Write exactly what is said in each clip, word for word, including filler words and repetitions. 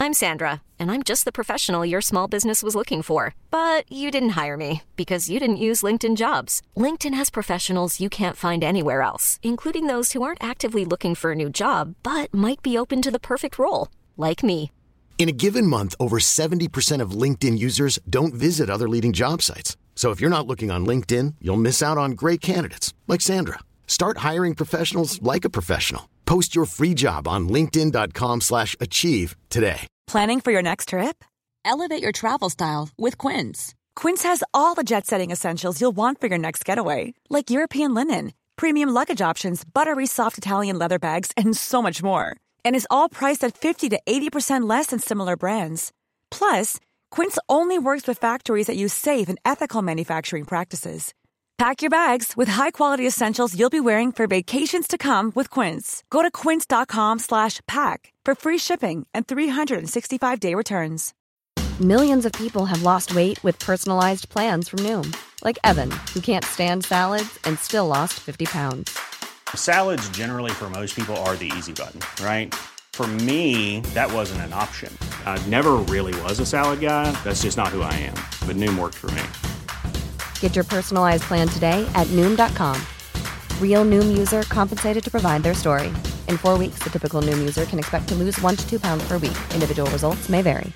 I'm Sandra, and I'm just the professional your small business was looking for. But you didn't hire me because you didn't use LinkedIn Jobs. LinkedIn has professionals you can't find anywhere else, including those who aren't actively looking for a new job, but might be open to the perfect role, like me. In a given month, over seventy percent of LinkedIn users don't visit other leading job sites. So if you're not looking on LinkedIn, you'll miss out on great candidates like Sandra. Start hiring professionals like a professional. Post your free job on linkedin.com slash achieve today. Planning for your next trip? Elevate your travel style with Quince. Quince has all the jet-setting essentials you'll want for your next getaway, like European linen, premium luggage options, buttery soft Italian leather bags, and so much more. And is all priced at fifty to eighty percent less than similar brands. Plus, Quince only works with factories that use safe and ethical manufacturing practices. Pack your bags with high-quality essentials you'll be wearing for vacations to come with Quince. Go to quince.com slash pack for free shipping and three sixty-five day returns. Millions of people have lost weight with personalized plans from Noom. Like Evan, who can't stand salads and still lost fifty pounds. Salads generally for most people are the easy button, right? For me, that wasn't an option. I never really was a salad guy. That's just not who I am. But Noom worked for me. Get your personalized plan today at Noom dot com. Real Noom user compensated to provide their story. In four weeks, the typical Noom user can expect to lose one to two pounds per week. Individual results may vary.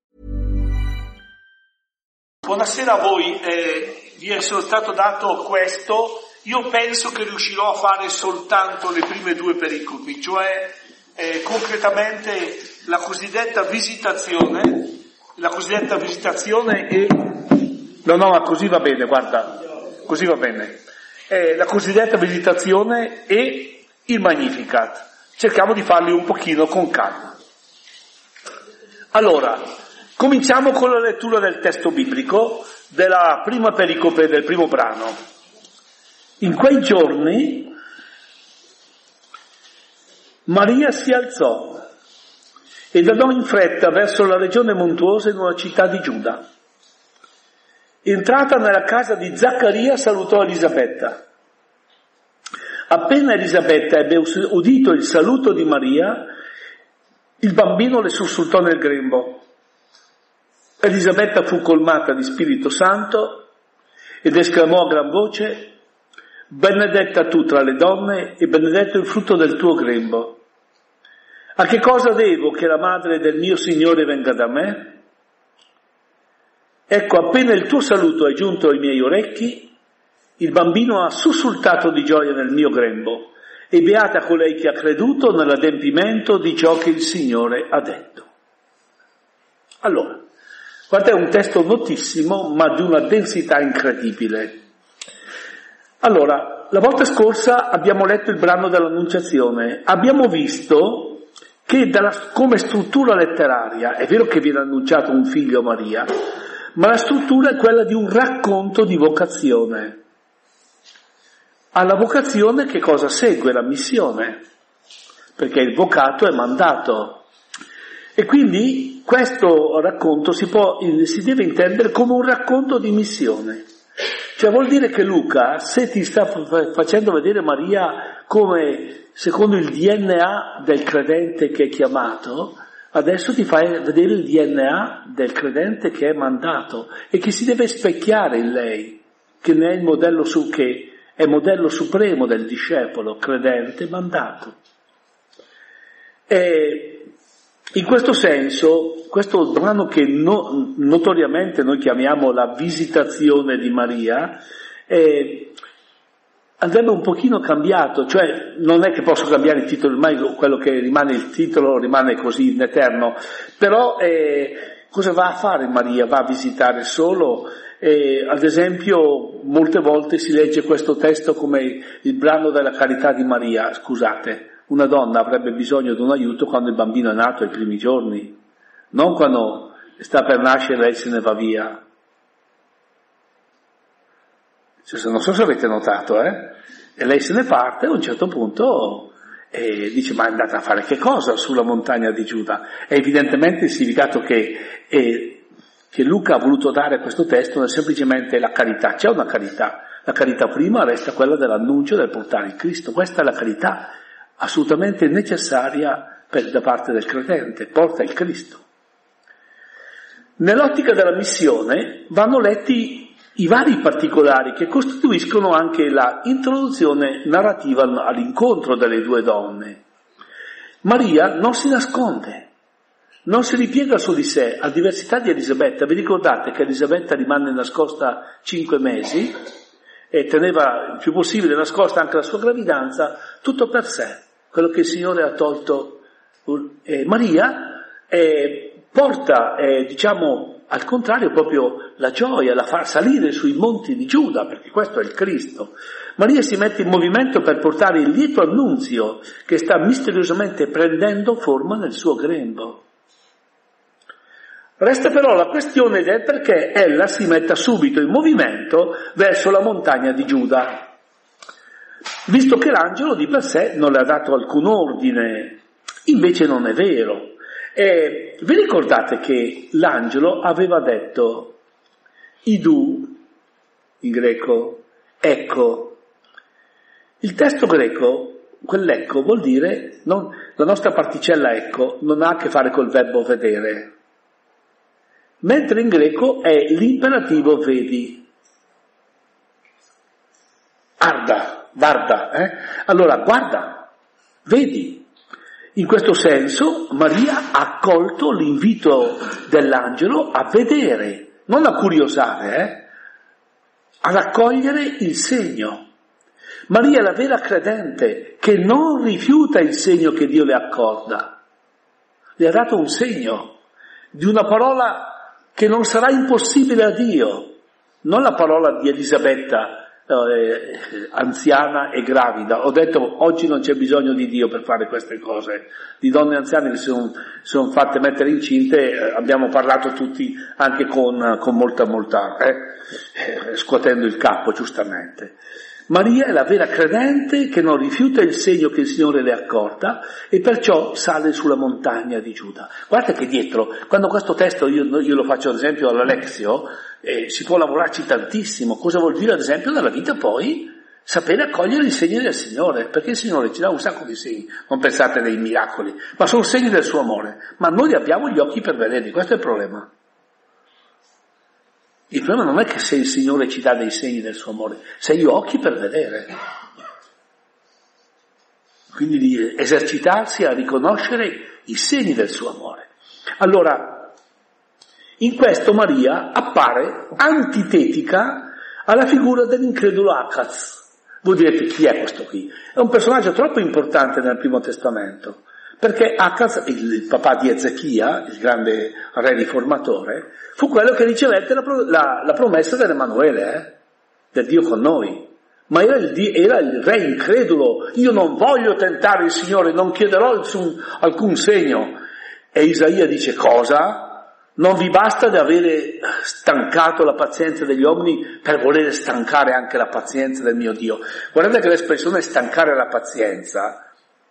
Buonasera a voi. Eh, vi è stato dato questo. Io penso che riuscirò a fare soltanto le prime due pericopi, cioè eh, concretamente la cosiddetta visitazione, la cosiddetta visitazione e... No, no, ma così va bene, guarda, così va bene. Eh, la cosiddetta visitazione e il Magnificat. Cerchiamo di farli un pochino con calma. Allora, cominciamo con la lettura del testo biblico della prima pericope del primo brano. In quei giorni Maria si alzò ed andò in fretta verso la regione montuosa in una città di Giuda. Entrata nella casa di Zaccaria salutò Elisabetta. Appena Elisabetta ebbe udito il saluto di Maria, il bambino le sussultò nel grembo. Elisabetta fu colmata di Spirito Santo ed esclamò a gran voce: benedetta tu tra le donne e benedetto il frutto del tuo grembo. A che cosa devo che la madre del mio Signore venga da me? Ecco, appena il tuo saluto è giunto ai miei orecchi, il bambino ha sussultato di gioia nel mio grembo, e beata colei che ha creduto nell'adempimento di ciò che il Signore ha detto. Allora, guardate, è un testo notissimo, ma di una densità incredibile. Allora, la volta scorsa abbiamo letto il brano dell'Annunciazione, abbiamo visto che dalla, come struttura letteraria, è vero che viene annunciato un figlio a Maria, ma la struttura è quella di un racconto di vocazione. Alla vocazione che cosa segue? La missione, perché il vocato è mandato. E quindi questo racconto si può, si deve intendere come un racconto di missione. Cioè vuol dire che Luca, se ti sta facendo vedere Maria come secondo il D N A del credente che è chiamato, adesso ti fai vedere il D N A del credente che è mandato e che si deve specchiare in lei, che ne è il modello su che è modello supremo del discepolo credente mandato. E in questo senso, questo brano che no, notoriamente noi chiamiamo la visitazione di Maria, eh, andrebbe un pochino cambiato, cioè non è che posso cambiare il titolo, ormai quello che rimane il titolo rimane così in eterno, però eh, cosa va a fare Maria? Va a visitare solo? Eh, ad esempio molte volte si legge questo testo come il brano della carità di Maria. Scusate, una donna avrebbe bisogno di un aiuto quando il bambino è nato ai primi giorni, non quando sta per nascere lei se ne va via. Cioè, non so se avete notato, eh? E lei se ne parte, a un certo punto eh, dice: ma è andata a fare che cosa sulla montagna di Giuda? È evidentemente il significato che, eh, che Luca ha voluto dare a questo testo non è semplicemente la carità. C'è una carità, la carità prima resta quella dell'annuncio, del portare il Cristo. Questa è la carità assolutamente necessaria per, da parte del credente, porta il Cristo. Nell'ottica della missione vanno letti i vari particolari che costituiscono anche la introduzione narrativa all'incontro delle due donne. Maria non si nasconde, non si ripiega su di sé, a diversità di Elisabetta. Vi ricordate che Elisabetta rimane nascosta cinque mesi e teneva il più possibile nascosta anche la sua gravidanza, tutto per sé, quello che il Signore ha tolto. Eh, Maria eh, porta, eh, diciamo, al contrario proprio la gioia, la fa salire sui monti di Giuda, perché questo è il Cristo. Maria si mette in movimento per portare il lieto annunzio che sta misteriosamente prendendo forma nel suo grembo. Resta però la questione del perché ella si metta subito in movimento verso la montagna di Giuda, visto che l'angelo di per sé non le ha dato alcun ordine. Invece non è vero. E vi ricordate che l'angelo aveva detto idou, in greco, ecco. Il testo greco, quell'ecco vuol dire, non, la nostra particella ecco non ha a che fare col verbo vedere, mentre in greco è l'imperativo vedi. Arda, guarda, eh? Allora guarda, vedi. In questo senso Maria ha accolto l'invito dell'angelo a vedere, non a curiosare, eh? Ad accogliere il segno. Maria è la vera credente che non rifiuta il segno che Dio le accorda. Le ha dato un segno di una parola che non sarà impossibile a Dio, non la parola di Elisabetta, Eh, anziana e gravida. Ho detto oggi non c'è bisogno di Dio per fare queste cose, di donne anziane che si sono, sono fatte mettere incinte, eh, abbiamo parlato tutti anche con, con molta molta eh, eh, scuotendo il capo giustamente. Maria è la vera credente che non rifiuta il segno che il Signore le accorda e perciò sale sulla montagna di Giuda. Guardate che dietro, quando questo testo io, io lo faccio ad esempio all'Alexio, eh, si può lavorarci tantissimo. Cosa vuol dire ad esempio nella vita poi? Sapere accogliere i segni del Signore, perché il Signore ci dà un sacco di segni, non pensate dei miracoli, ma sono segni del suo amore, ma noi abbiamo gli occhi per vederli, questo è il problema. Il problema non è che se il Signore ci dà dei segni del suo amore, se io ho occhi per vedere. Quindi di esercitarsi a riconoscere i segni del suo amore. Allora, in questo Maria appare antitetica alla figura dell'incredulo Acaz. Voi direte chi è questo qui? È un personaggio troppo importante nel Primo Testamento, perché Acaz, il, il papà di Ezechia, il grande re riformatore, fu quello che ricevette la, la, la promessa dell'Emanuele, eh? del Dio con noi. Ma era il, era il re incredulo, io non voglio tentare il Signore, non chiederò alcun, alcun segno. E Isaia dice cosa? Non vi basta di avere stancato la pazienza degli uomini per volere stancare anche la pazienza del mio Dio. Guardate che l'espressione stancare la pazienza,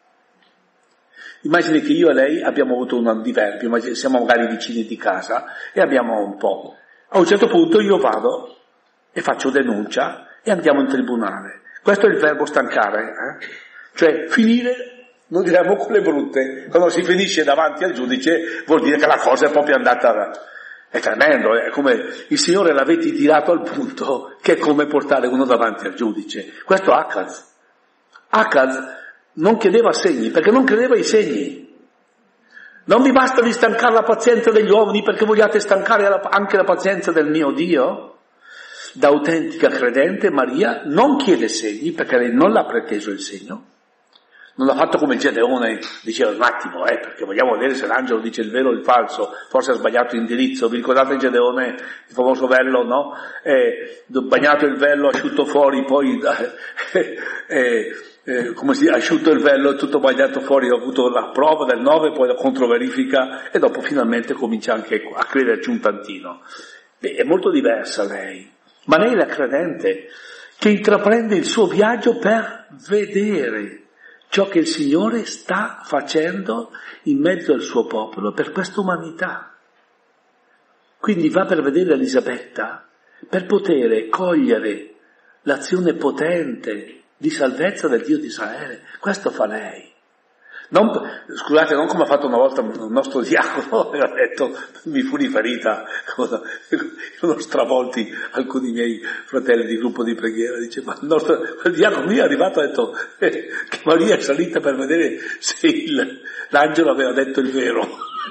immagini che io e lei abbiamo avuto un diverbio, siamo magari vicini di casa e abbiamo un po'. A un certo punto io vado e faccio denuncia e andiamo in tribunale. Questo è il verbo stancare, eh? Cioè finire, non diremo con le brutte, quando si finisce davanti al giudice vuol dire che la cosa è proprio andata, è tremendo, è come il Signore l'avete tirato al punto che è come portare uno davanti al giudice. Questo Acaz. Acaz non chiedeva segni, perché non credeva ai segni. Non vi basta di stancare la pazienza degli uomini perché vogliate stancare anche la pazienza del mio Dio? Da autentica credente Maria non chiede segni perché lei non l'ha preteso il segno. Non l'ha fatto come il Gedeone, diceva un attimo, eh, perché vogliamo vedere se l'angelo dice il vero o il falso, forse ha sbagliato indirizzo. Vi ricordate il Gedeone, il famoso vello, no? Eh, bagnato il vello, asciutto fuori, poi eh, eh, eh, come si dice, asciutto il vello, tutto bagnato fuori, ho avuto la prova del nove, poi la controverifica e dopo finalmente comincia anche a crederci un tantino. Beh, è molto diversa lei, ma lei è la credente che intraprende il suo viaggio per vedere ciò che il Signore sta facendo in mezzo al suo popolo per questa umanità. Quindi va per vedere Elisabetta, per poter cogliere l'azione potente di salvezza del Dio di Israele. Questo fa lei. Non, scusate, non come ha fatto una volta il nostro diacono, aveva detto, mi fu riferita, sono stravolti alcuni miei fratelli di gruppo di preghiera, dice, ma il nostro il diacono mi è arrivato e ha detto eh, che Maria è salita per vedere se il, l'angelo aveva detto il vero.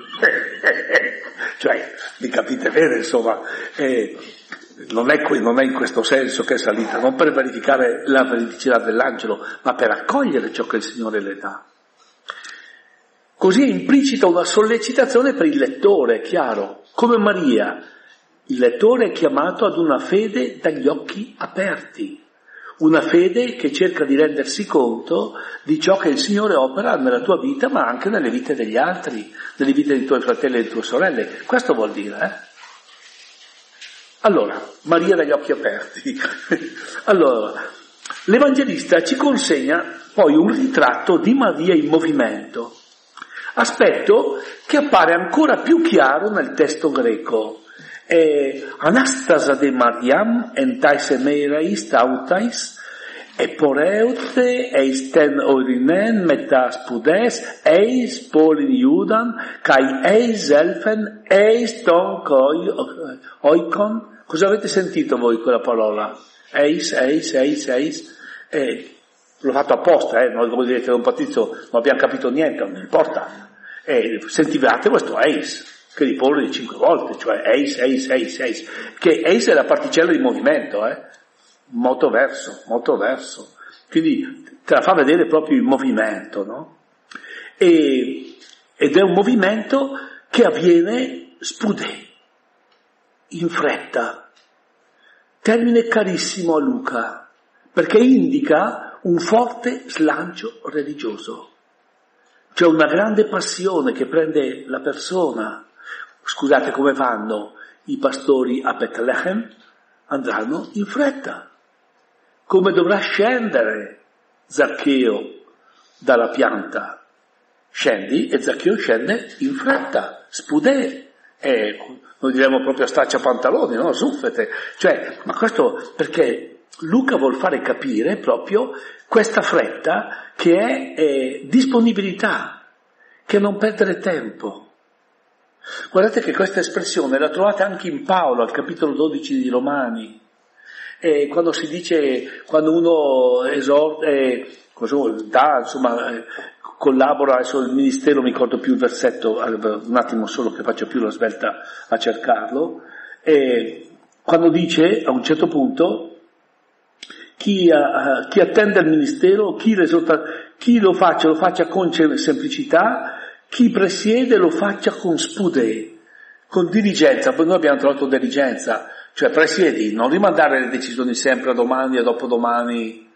Cioè, mi capite bene, insomma, eh, non, è, non è in questo senso che è salita, non per verificare la veridicità dell'angelo, ma per accogliere ciò che il Signore le dà. Così è implicita una sollecitazione per il lettore, chiaro, come Maria. Il lettore è chiamato ad una fede dagli occhi aperti, una fede che cerca di rendersi conto di ciò che il Signore opera nella tua vita, ma anche nelle vite degli altri, nelle vite dei tuoi fratelli e delle tue sorelle. Questo vuol dire, eh? Allora, Maria dagli occhi aperti. Allora, l'Evangelista ci consegna poi un ritratto di Maria in movimento, aspetto che appare ancora più chiaro nel testo greco. Eh, Anastasa de Mariam entais emerais tautais eporeute eis ten orinen metas pudes eis polin Iudan kai eis elfen eis ton koi oikon. Cosa avete sentito voi quella parola? Eis, eis, eis, eis. Eh, l'ho fatto apposta, eh, noi come direte da un patrizio non abbiamo capito niente, non importa. Eh, sentivate questo eis, che ripone di cinque volte, cioè eis, eis, eis, eis, che eis è la particella di movimento, eh? Moto verso, moto verso, quindi te la fa vedere proprio il movimento, no? E, ed è un movimento che avviene spudè, in fretta, termine carissimo a Luca, perché indica un forte slancio religioso. C'è una grande passione che prende la persona. Scusate, come vanno i pastori a Betlemme? Andranno in fretta. Come dovrà scendere Zaccheo dalla pianta? Scendi e Zaccheo scende in fretta, spudè, e noi diremmo proprio staccia pantaloni, no? Suffete. Cioè, ma questo perché Luca vuol fare capire proprio questa fretta che è eh, disponibilità, che non perdere tempo. Guardate che questa espressione la trovate anche in Paolo, al capitolo dodici di Romani, e quando si dice, quando uno esorta, eh, dà, insomma, eh, collabora, adesso il ministero, mi ricordo più il versetto, un attimo solo che faccio più la svelta a cercarlo, e quando dice a un certo punto, Chi, uh, chi attende il ministero, chi, l'esorta, chi lo faccia, lo faccia con semplicità, chi presiede lo faccia con spudè, con diligenza. Poi noi abbiamo trovato diligenza, cioè presiedi, non rimandare le decisioni sempre a domani, a dopodomani.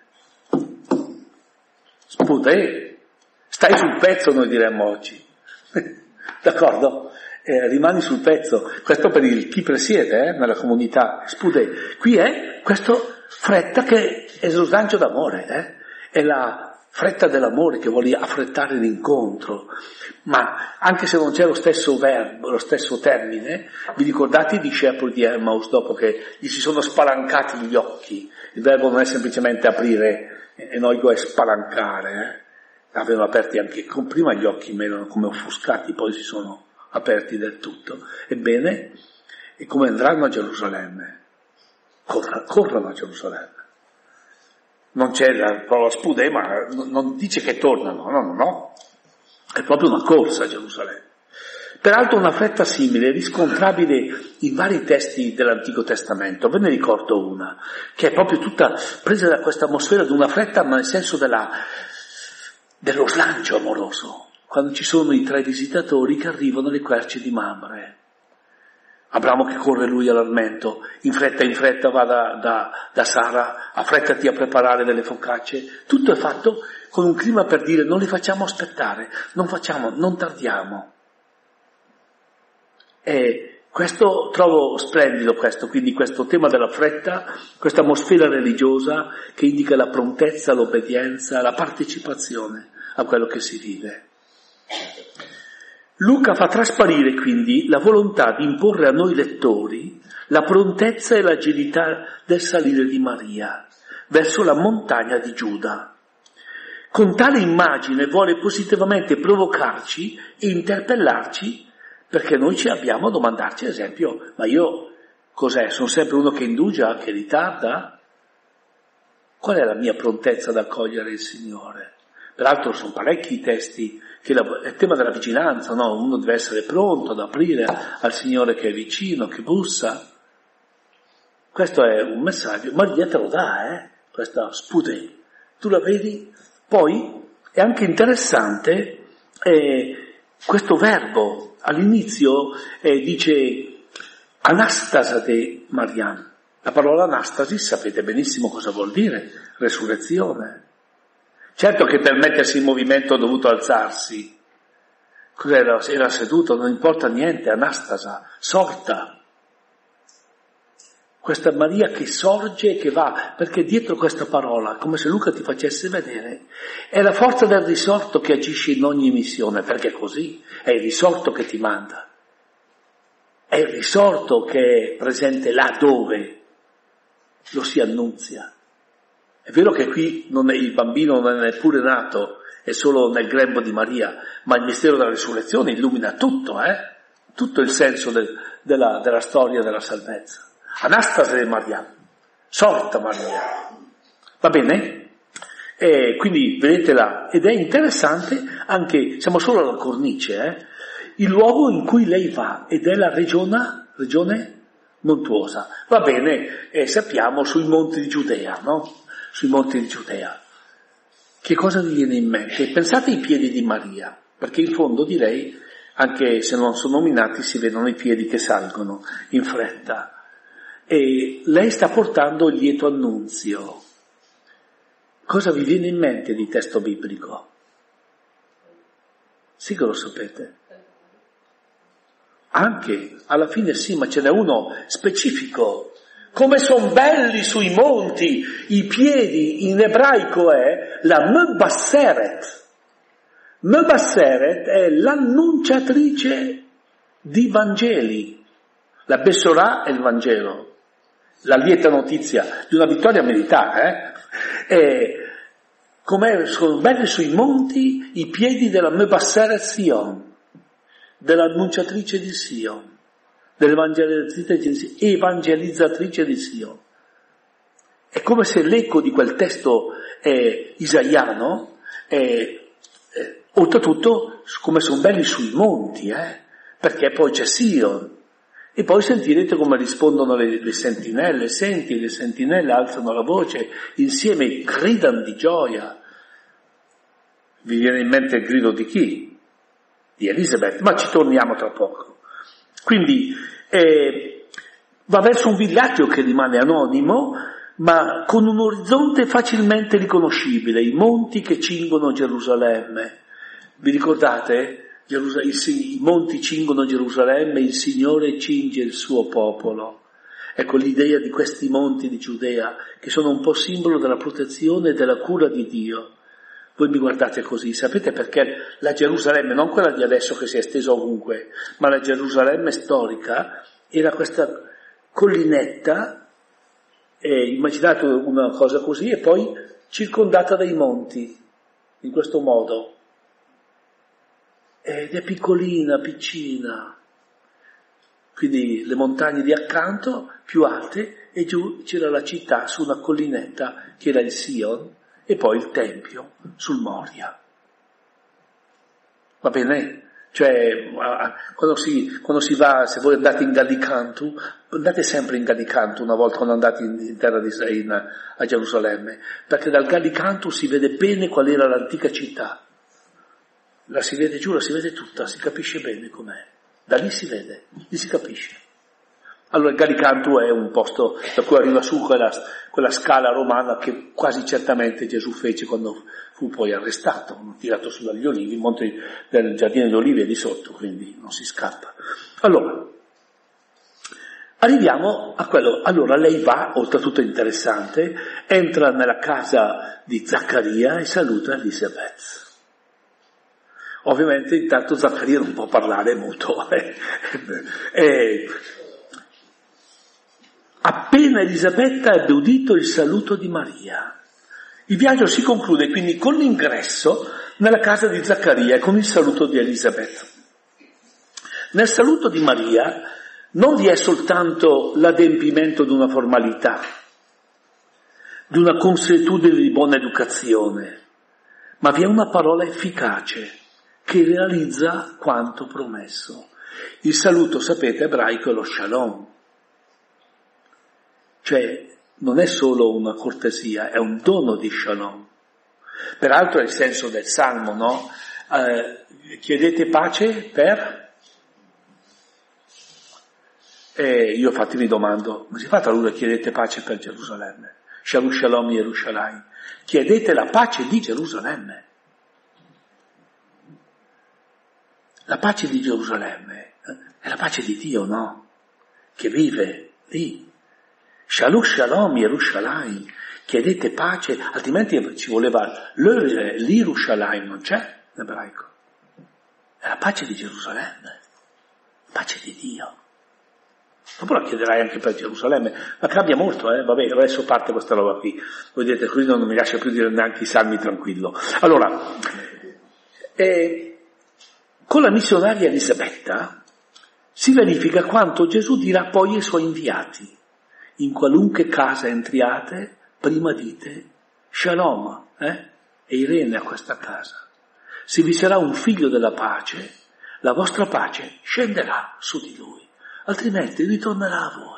Spudè, stai sul pezzo, noi diremmo oggi. D'accordo? Eh, rimani sul pezzo. Questo per il chi presiede eh, nella comunità, spudè. Qui è questo fretta che è lo slancio d'amore, eh? È la fretta dell'amore che vuole affrettare l'incontro, ma anche se non c'è lo stesso verbo, lo stesso termine, vi ricordate i discepoli di Emmaus dopo che gli si sono spalancati gli occhi? Il verbo non è semplicemente aprire, enoigo è spalancare, eh? Avevano aperti anche, prima gli occhi erano come offuscati, poi si sono aperti del tutto. Ebbene, e come andranno a Gerusalemme? Corra, corrono a Gerusalemme. Non c'è la parola spudè, ma non dice che tornano, no, no, no. È proprio una corsa a Gerusalemme. Peraltro una fretta simile, riscontrabile in vari testi dell'Antico Testamento. Ve ne ricordo una, che è proprio tutta presa da questa atmosfera di una fretta, ma nel senso della, dello slancio amoroso. Quando ci sono i tre visitatori che arrivano alle querce di Mamre. Abramo che corre lui all'armento, in fretta in fretta va da, da, da Sara, affrettati a preparare delle focacce. Tutto è fatto con un clima per dire non li facciamo aspettare, non facciamo, non tardiamo. E questo trovo splendido questo, quindi questo tema della fretta, questa atmosfera religiosa che indica la prontezza, l'obbedienza, la partecipazione a quello che si vive. Luca fa trasparire quindi la volontà di imporre a noi lettori la prontezza e l'agilità del salire di Maria verso la montagna di Giuda. con tale immagine vuole positivamente provocarci e interpellarci, perché noi ci abbiamo a domandarci, ad esempio, ma io cos'è? Sono sempre uno che indugia, che ritarda? Qual è la mia prontezza ad accogliere il Signore? Peraltro sono parecchi i testi, che la, è il tema della vigilanza, no? Uno deve essere pronto ad aprire al Signore che è vicino, che bussa. Questo è un messaggio, Maria te lo dà, eh? Questa spute. Tu la vedi? Poi è anche interessante eh, questo verbo. All'inizio eh, dice Anastasate Mariam. La parola Anastasi sapete benissimo cosa vuol dire, resurrezione. Certo che per mettersi in movimento ha dovuto alzarsi. Cos'era? Era seduto, non importa niente, Anastasa, sorta. Questa Maria che sorge e che va, perché dietro questa parola, come se Luca ti facesse vedere, è la forza del risorto che agisce in ogni missione, perché così è il risorto che ti manda. È il risorto che è presente là dove lo si annunzia. È vero che qui non è, il bambino non è neppure nato, è solo nel grembo di Maria, ma il mistero della risurrezione illumina tutto, eh? Tutto il senso del, della, della storia della salvezza. Anastasi di Maria, sorta Maria. Va bene? E quindi vedete là, ed è interessante anche, siamo solo alla cornice, eh? Il luogo in cui lei va, ed è la regione, regione montuosa. Va bene, eh, sappiamo sui monti di Giudea, no? Sui monti di Giudea. Che cosa vi viene in mente? Pensate ai piedi di Maria, perché in fondo di lei, anche se non sono nominati, si vedono i piedi che salgono in fretta. E lei sta portando il lieto annunzio. Cosa vi viene in mente di testo biblico? Sì che lo sapete. Anche, alla fine sì, ma ce n'è uno specifico. Come sono belli sui monti i piedi, in ebraico è la Mebasseret. Mebasseret è l'annunciatrice di Vangeli. La Bessorà è il Vangelo. La lieta notizia di una vittoria militare, eh? E come sono belli sui monti i piedi della Mebasseret Sion, dell'annunciatrice di Sion, dell'evangelizzatrice di Sion, evangelizzatrice di Sion. È come se l'eco di quel testo eh, isaiano, eh, eh, oltretutto, come sono belli sui monti, eh? Perché poi c'è Sion. E poi sentirete come rispondono le, le sentinelle, senti, le sentinelle alzano la voce, insieme gridano di gioia. Vi viene in mente il grido di chi? Di Elisabeth, ma ci torniamo tra poco. Quindi eh, va verso un villaggio che rimane anonimo, ma con un orizzonte facilmente riconoscibile, i monti che cingono Gerusalemme. Vi ricordate? I monti cingono Gerusalemme, il Signore cinge il suo popolo. Ecco l'idea di questi monti di Giudea, che sono un po' simbolo della protezione e della cura di Dio. Voi mi guardate così, sapete perché la Gerusalemme, non quella di adesso che si è estesa ovunque, ma la Gerusalemme storica era questa collinetta, eh, immaginate una cosa così, e poi circondata dai monti, in questo modo. Ed è piccolina, piccina, quindi le montagne di accanto, più alte, e giù c'era la città su una collinetta che era il Sion, e poi il Tempio sul Moria. Va bene? Cioè, quando si, quando si va, se voi andate in Gallicantu, andate sempre in Gallicantu una volta quando andate in, in terra di Israele, a Gerusalemme, perché dal Gallicantu si vede bene qual era l'antica città. La si vede giù, la si vede tutta, si capisce bene com'è. Da lì si vede, lì si capisce. Allora il Gallicantu è un posto da cui arriva su quella, quella scala romana che quasi certamente Gesù fece quando fu poi arrestato, tirato su dagli olivi, il monte del Giardino degli Olivi è di sotto, quindi non si scappa. Allora, arriviamo a quello, allora lei va, oltretutto interessante, entra nella casa di Zaccaria e saluta Elisabeth. Ovviamente intanto Zaccaria non può parlare muto. Eh. Eh, appena Elisabetta ebbe udito il saluto di Maria, Il viaggio si conclude quindi con l'ingresso nella casa di Zaccaria e con il saluto di Elisabetta. Nel saluto di Maria non vi è soltanto l'adempimento di una formalità, di una consuetudine di buona educazione, ma vi è una parola efficace che realizza quanto promesso. Il saluto, sapete, ebraico è lo shalom, cioè non è solo una cortesia, è un dono di shalom. Peraltro è il senso del salmo, no? Eh, chiedete pace per... E io infatti mi domando, come si fa a tradurre chiedete pace per Gerusalemme? Shalom Shalom Yerushalayim. Chiedete la pace di Gerusalemme. La pace di Gerusalemme è la pace di Dio, no? Che vive lì. Shalom Shalom Yerushalayim. Chiedete pace, altrimenti ci voleva l'Irushalayim, non c'è in ebraico. È la pace di Gerusalemme, la pace di Dio. Dopo la chiederai anche per Gerusalemme, ma cambia molto, eh? Vabbè, adesso parte questa roba qui. Vedete, così non mi lascia più dire neanche i salmi tranquillo. Allora, eh, con la missionaria Elisabetta si verifica quanto Gesù dirà poi ai suoi inviati. In qualunque casa entriate, prima dite Shalom, eh? E Irene a questa casa. Se vi sarà un figlio della pace, la vostra pace scenderà su di lui. Altrimenti ritornerà a voi.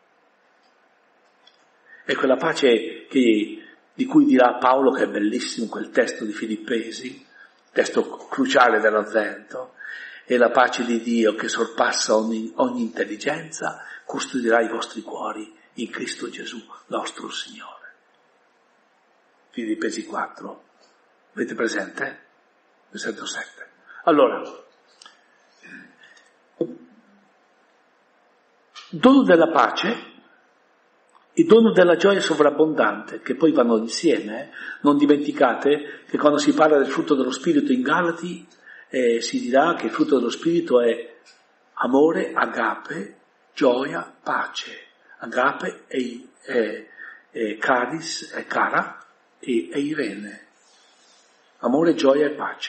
E quella pace che, di cui dirà Paolo, che è bellissimo quel testo di Filippesi, testo cruciale dell'Avvento, e la pace di Dio che sorpassa ogni, ogni intelligenza, custodirà i vostri cuori in Cristo Gesù, nostro Signore. Filippesi quattro, avete presente? Versetto sette. Allora, dono della pace e dono della gioia sovrabbondante, che poi vanno insieme. Eh? Non dimenticate che quando si parla del frutto dello Spirito in Galati eh, si dirà che il frutto dello Spirito è amore, agape, gioia, pace. Agape è, è, è caris, è cara e è Irene. Amore, gioia e pace.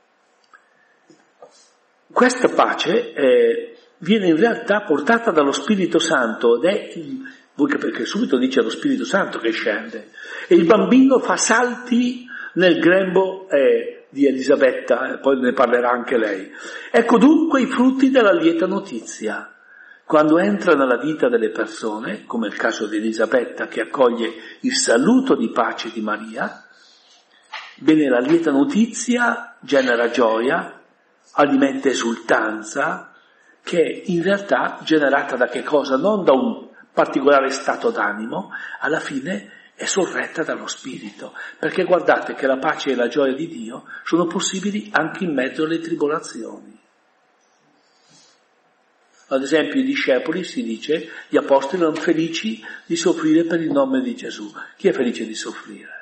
Questa pace è viene in realtà portata dallo Spirito Santo ed è, voi capite che subito dice lo Spirito Santo che scende, e il bambino fa salti nel grembo eh, di Elisabetta, eh, poi ne parlerà anche lei. Ecco dunque i frutti della lieta notizia. Quando entra nella vita delle persone, come il caso di Elisabetta che accoglie il saluto di pace di Maria, bene, la lieta notizia genera gioia, alimenta esultanza, che è in realtà generata da che cosa? Non da un particolare stato d'animo, alla fine è sorretta dallo Spirito, perché guardate che la pace e la gioia di Dio sono possibili anche in mezzo alle tribolazioni. Ad esempio i discepoli, si dice, gli apostoli erano felici di soffrire per il nome di Gesù. Chi è felice di soffrire?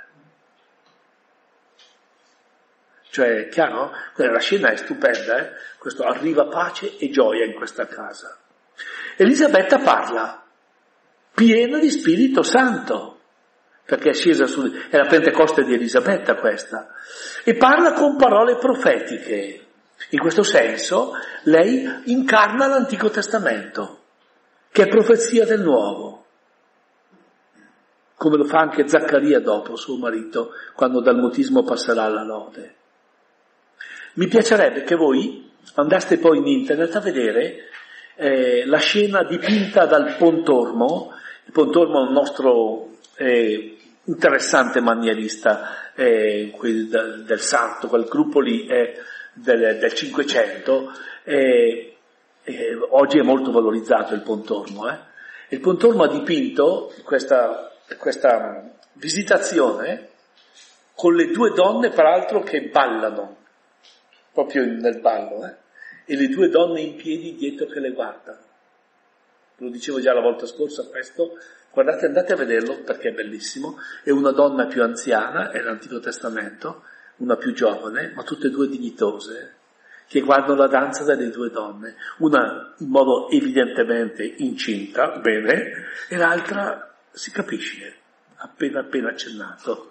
Cioè, chiaro? La scena è stupenda, eh? Questo arriva pace e gioia in questa casa. Elisabetta parla, piena di Spirito Santo, perché è scesa su, è la Pentecoste di Elisabetta questa, e parla con parole profetiche. In questo senso, lei incarna l'Antico Testamento, che è profezia del Nuovo, come lo fa anche Zaccaria dopo, suo marito, quando dal mutismo passerà alla lode. Mi piacerebbe che voi andaste poi in internet a vedere eh, la scena dipinta dal Pontormo. Il Pontormo è un nostro eh, interessante manierista eh, quel del, del Sarto, quel gruppo lì è del, del Cinquecento. Eh, eh, oggi è molto valorizzato il Pontormo. Eh. Il Pontormo ha dipinto questa, questa visitazione con le due donne, peraltro, che ballano. Proprio nel ballo, eh? E le due donne in piedi dietro che le guardano. Lo dicevo già la volta scorsa, questo, guardate, andate a vederlo perché è bellissimo. È una donna più anziana, è l'Antico Testamento, una più giovane, ma tutte e due dignitose, che guardano la danza delle due donne, una in modo evidentemente incinta, bene, e l'altra si capisce, appena appena accennato,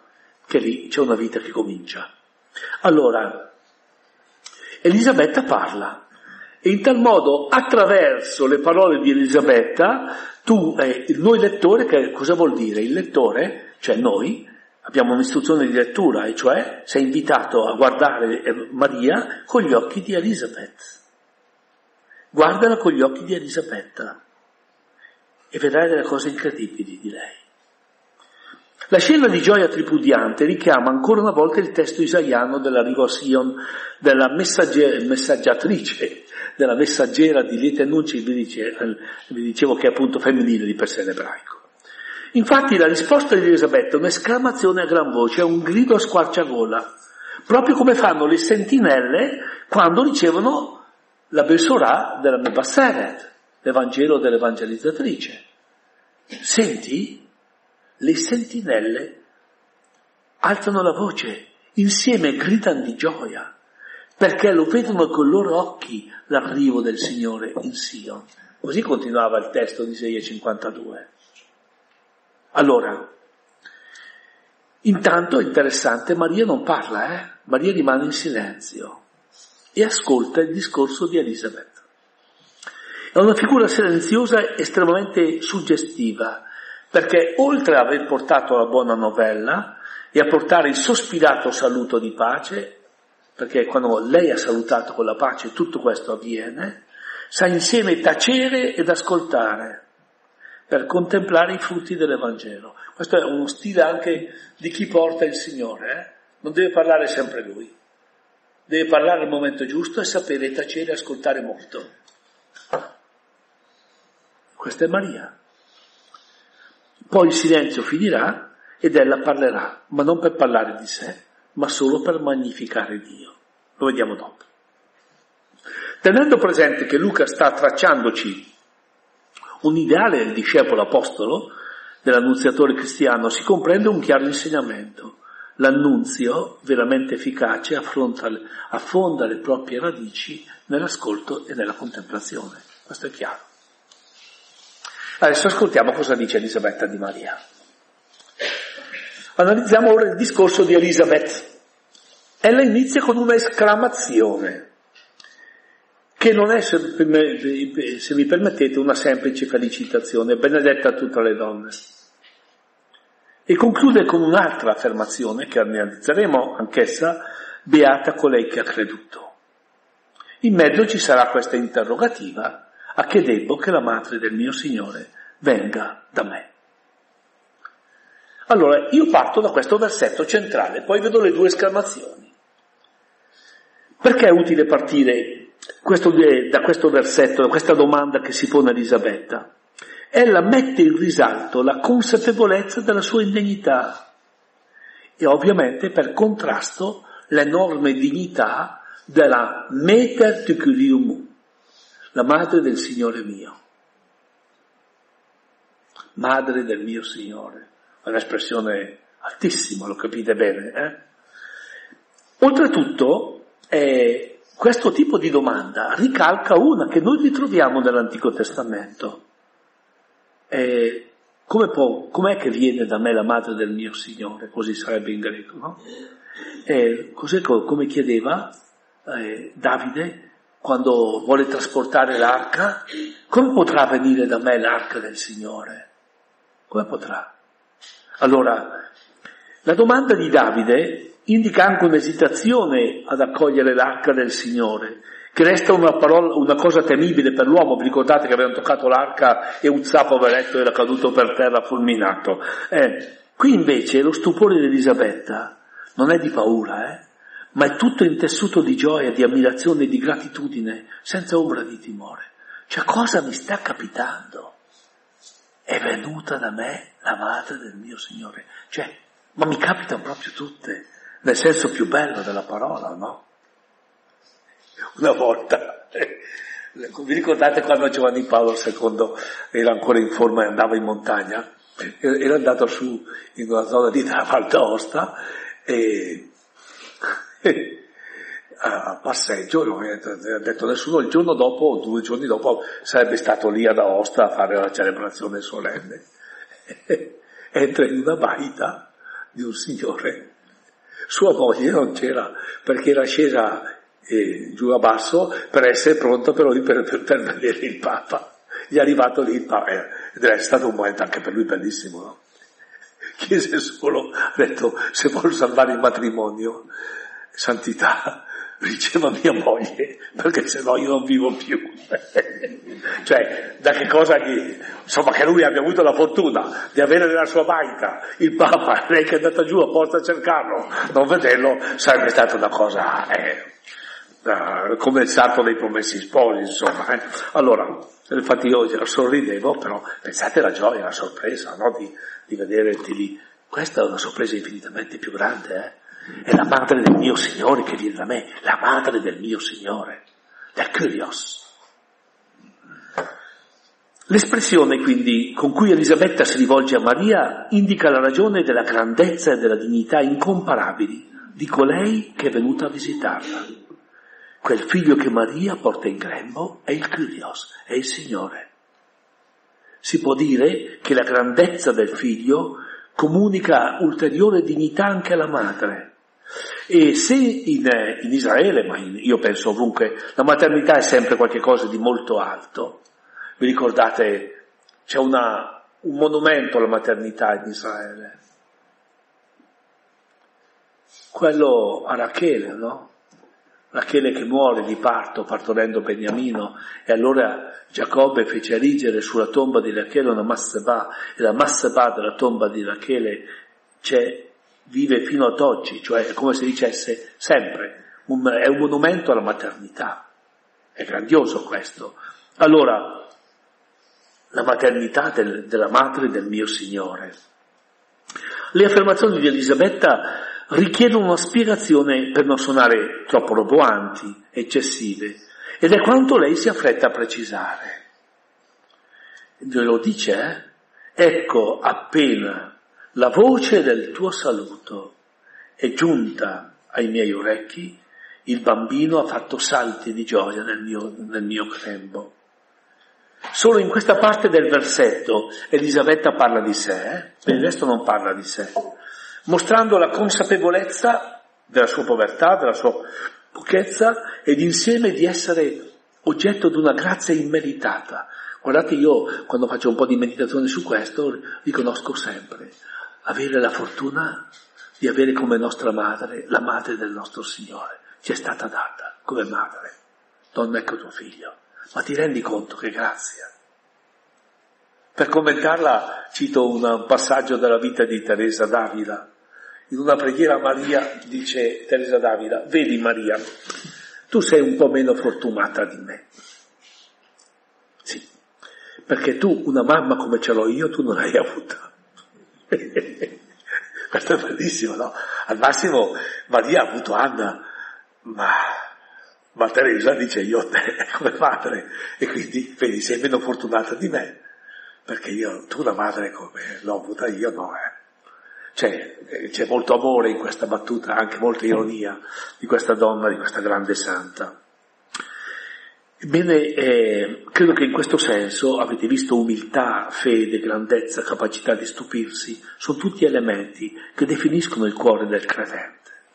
che lì c'è una vita che comincia. Allora, Elisabetta parla, e in tal modo, attraverso le parole di Elisabetta, tu, eh, noi lettori, che cosa vuol dire? Il lettore, cioè noi, abbiamo un'istruzione di lettura, e cioè sei invitato a guardare Maria con gli occhi di Elisabetta. Guardala con gli occhi di Elisabetta e vedrai delle cose incredibili di lei. La scena di gioia tripudiante richiama ancora una volta il testo isaiano dell'arrivo a Sion, della messagge- messaggiatrice, della messaggera di lieti annunci, vi, dice, vi dicevo che è appunto femminile di per sé in ebraico. Infatti la risposta di Elisabetta è un'esclamazione a gran voce, è un grido a squarciagola, proprio come fanno le sentinelle quando ricevono la Besorà della Mebasseret, l'Evangelo dell'evangelizzatrice. Senti? Le sentinelle alzano la voce, insieme gridano di gioia, perché lo vedono con i loro occhi l'arrivo del Signore in Sion. Così continuava il testo di Isaia cinquantadue. Allora, intanto è interessante, Maria non parla, eh? Maria rimane in silenzio e ascolta il discorso di Elisabetta. È una figura silenziosa estremamente suggestiva, perché oltre ad aver portato la buona novella e a portare il sospirato saluto di pace, perché quando lei ha salutato con la pace tutto questo avviene, sa insieme tacere ed ascoltare per contemplare i frutti dell'Evangelo. Questo è uno stile anche di chi porta il Signore, eh? Non deve parlare sempre lui, deve parlare al momento giusto e sapere tacere e ascoltare molto. Questa è Maria. Poi il silenzio finirà ed ella parlerà, ma non per parlare di sé, ma solo per magnificare Dio. Lo vediamo dopo. Tenendo presente che Luca sta tracciandoci un ideale del discepolo apostolo, dell'annunziatore cristiano, si comprende un chiaro insegnamento. L'annunzio, veramente efficace, affronta, affonda le proprie radici nell'ascolto e nella contemplazione. Questo è chiaro. Adesso ascoltiamo cosa dice Elisabetta di Maria. Analizziamo ora il discorso di Elisabetta. Ella inizia con una esclamazione, che non è, se mi permettete, una semplice felicitazione, benedetta a tutte le donne. E conclude con un'altra affermazione che analizzeremo anch'essa, beata colei che ha creduto. In mezzo ci sarà questa interrogativa, a che debbo che la madre del mio Signore venga da me. Allora, io parto da questo versetto centrale, poi vedo le due esclamazioni. Perché è utile partire questo, da questo versetto, da questa domanda che si pone Elisabetta? Ella mette in risalto la consapevolezza della sua indegnità e ovviamente per contrasto l'enorme dignità della Mater Tecurium, la madre del Signore mio. Madre del mio Signore. È un'espressione altissima, lo capite bene, eh? Oltretutto, eh, questo tipo di domanda ricalca una che noi ritroviamo nell'Antico Testamento. Eh, come può, com'è che viene da me la madre del mio Signore? Così sarebbe in greco, no? Eh, così come chiedeva eh, Davide quando vuole trasportare l'arca, come potrà venire da me l'arca del Signore? Come potrà? Allora, la domanda di Davide indica anche un'esitazione ad accogliere l'arca del Signore, che resta una parola, una cosa temibile per l'uomo. Vi ricordate che avevano toccato l'arca e Uzza, poveretto, era caduto per terra fulminato. Eh, qui invece lo stupore di Elisabetta non è di paura, eh, ma è tutto intessuto di gioia, di ammirazione, di gratitudine, senza ombra di timore. Cioè, cosa mi sta capitando? È venuta da me la madre del mio Signore. Cioè, ma mi capitano proprio tutte, nel senso più bello della parola, no? Una volta, eh, vi ricordate quando Giovanni Paolo secondo era ancora in forma e andava in montagna? Era andato su in una zona di Val d'Aosta e, e a passeggio, non ha detto nessuno, il giorno dopo, due giorni dopo, sarebbe stato lì ad Aosta a fare la celebrazione solenne. Entra in una baita di un signore Sua moglie non c'era perché era scesa eh, giù a basso per essere pronta per, per, per, per vedere il Papa. Gli è arrivato lì il Papa, ed è stato un momento anche per lui bellissimo, no? Chiese solo, ha detto, se vuol salvare il matrimonio, santità, riceva mia moglie, perché se no io non vivo più. Cioè, da che cosa che, insomma, che lui abbia avuto la fortuna di avere nella sua baita il Papa, lei che è andata giù apposta a cercarlo, non vederlo, sarebbe stata una cosa, eh, uh, come il sarto dei promessi sposi, insomma. Eh. Allora, infatti io sorridevo, però pensate alla gioia, alla sorpresa, no? Di, di vederti lì. Questa è una sorpresa infinitamente più grande, eh? È la madre del mio Signore che viene da me, la madre del mio Signore, del Kyrios. L'espressione quindi con cui Elisabetta si rivolge a Maria indica la ragione della grandezza e della dignità incomparabili di colei che è venuta a visitarla. Quel figlio che Maria porta in grembo è il Kyrios, è il Signore. Si può dire che la grandezza del figlio comunica ulteriore dignità anche alla madre. E se in, in Israele, ma in, io penso ovunque, la maternità è sempre qualcosa di molto alto. Vi ricordate, c'è una, un monumento alla maternità in Israele? Quello a Rachele, no? Rachele che muore di parto, partorendo Beniamino, e allora Giacobbe fece erigere sulla tomba di Rachele una massebà, e la massebà della tomba di Rachele c'è, vive fino ad oggi, cioè è come se dicesse sempre, un, è un monumento alla maternità. È grandioso questo. Allora, la maternità del, della madre del mio Signore. Le affermazioni di Elisabetta richiedono una spiegazione per non suonare troppo roboanti, eccessive, ed è quanto lei si affretta a precisare. Dio lo dice, eh? Ecco appena la voce del tuo saluto è giunta ai miei orecchi, il bambino ha fatto salti di gioia nel mio, nel mio grembo. Solo in questa parte del versetto Elisabetta parla di sé, eh? Per il resto non parla di sé, mostrando la consapevolezza della sua povertà, della sua pochezza, ed insieme di essere oggetto di una grazia immeritata. Guardate, io quando faccio un po' di meditazione su questo riconosco sempre avere la fortuna di avere come nostra madre la madre del nostro Signore. Ci è stata data come madre. Donna, ecco tuo figlio. Ma ti rendi conto che grazia? Per commentarla cito un passaggio della vita di Teresa d'Avila. In una preghiera a Maria dice Teresa d'Avila: vedi Maria, tu sei un po' meno fortunata di me. Sì, perché tu una mamma come ce l'ho io, tu non l'hai avuta. Questo è bellissimo, no? Al massimo Maria ha avuto Anna, ma, ma Teresa dice io te come madre, e quindi vedi, sei meno fortunata di me, perché io, tu una madre come l'ho avuta io, no, eh. C'è, c'è molto amore in questa battuta, anche molta ironia di questa donna, di questa grande santa. Ebbene, eh, credo che in questo senso, avete visto, umiltà, fede, grandezza, capacità di stupirsi, sono tutti elementi che definiscono il cuore del credente.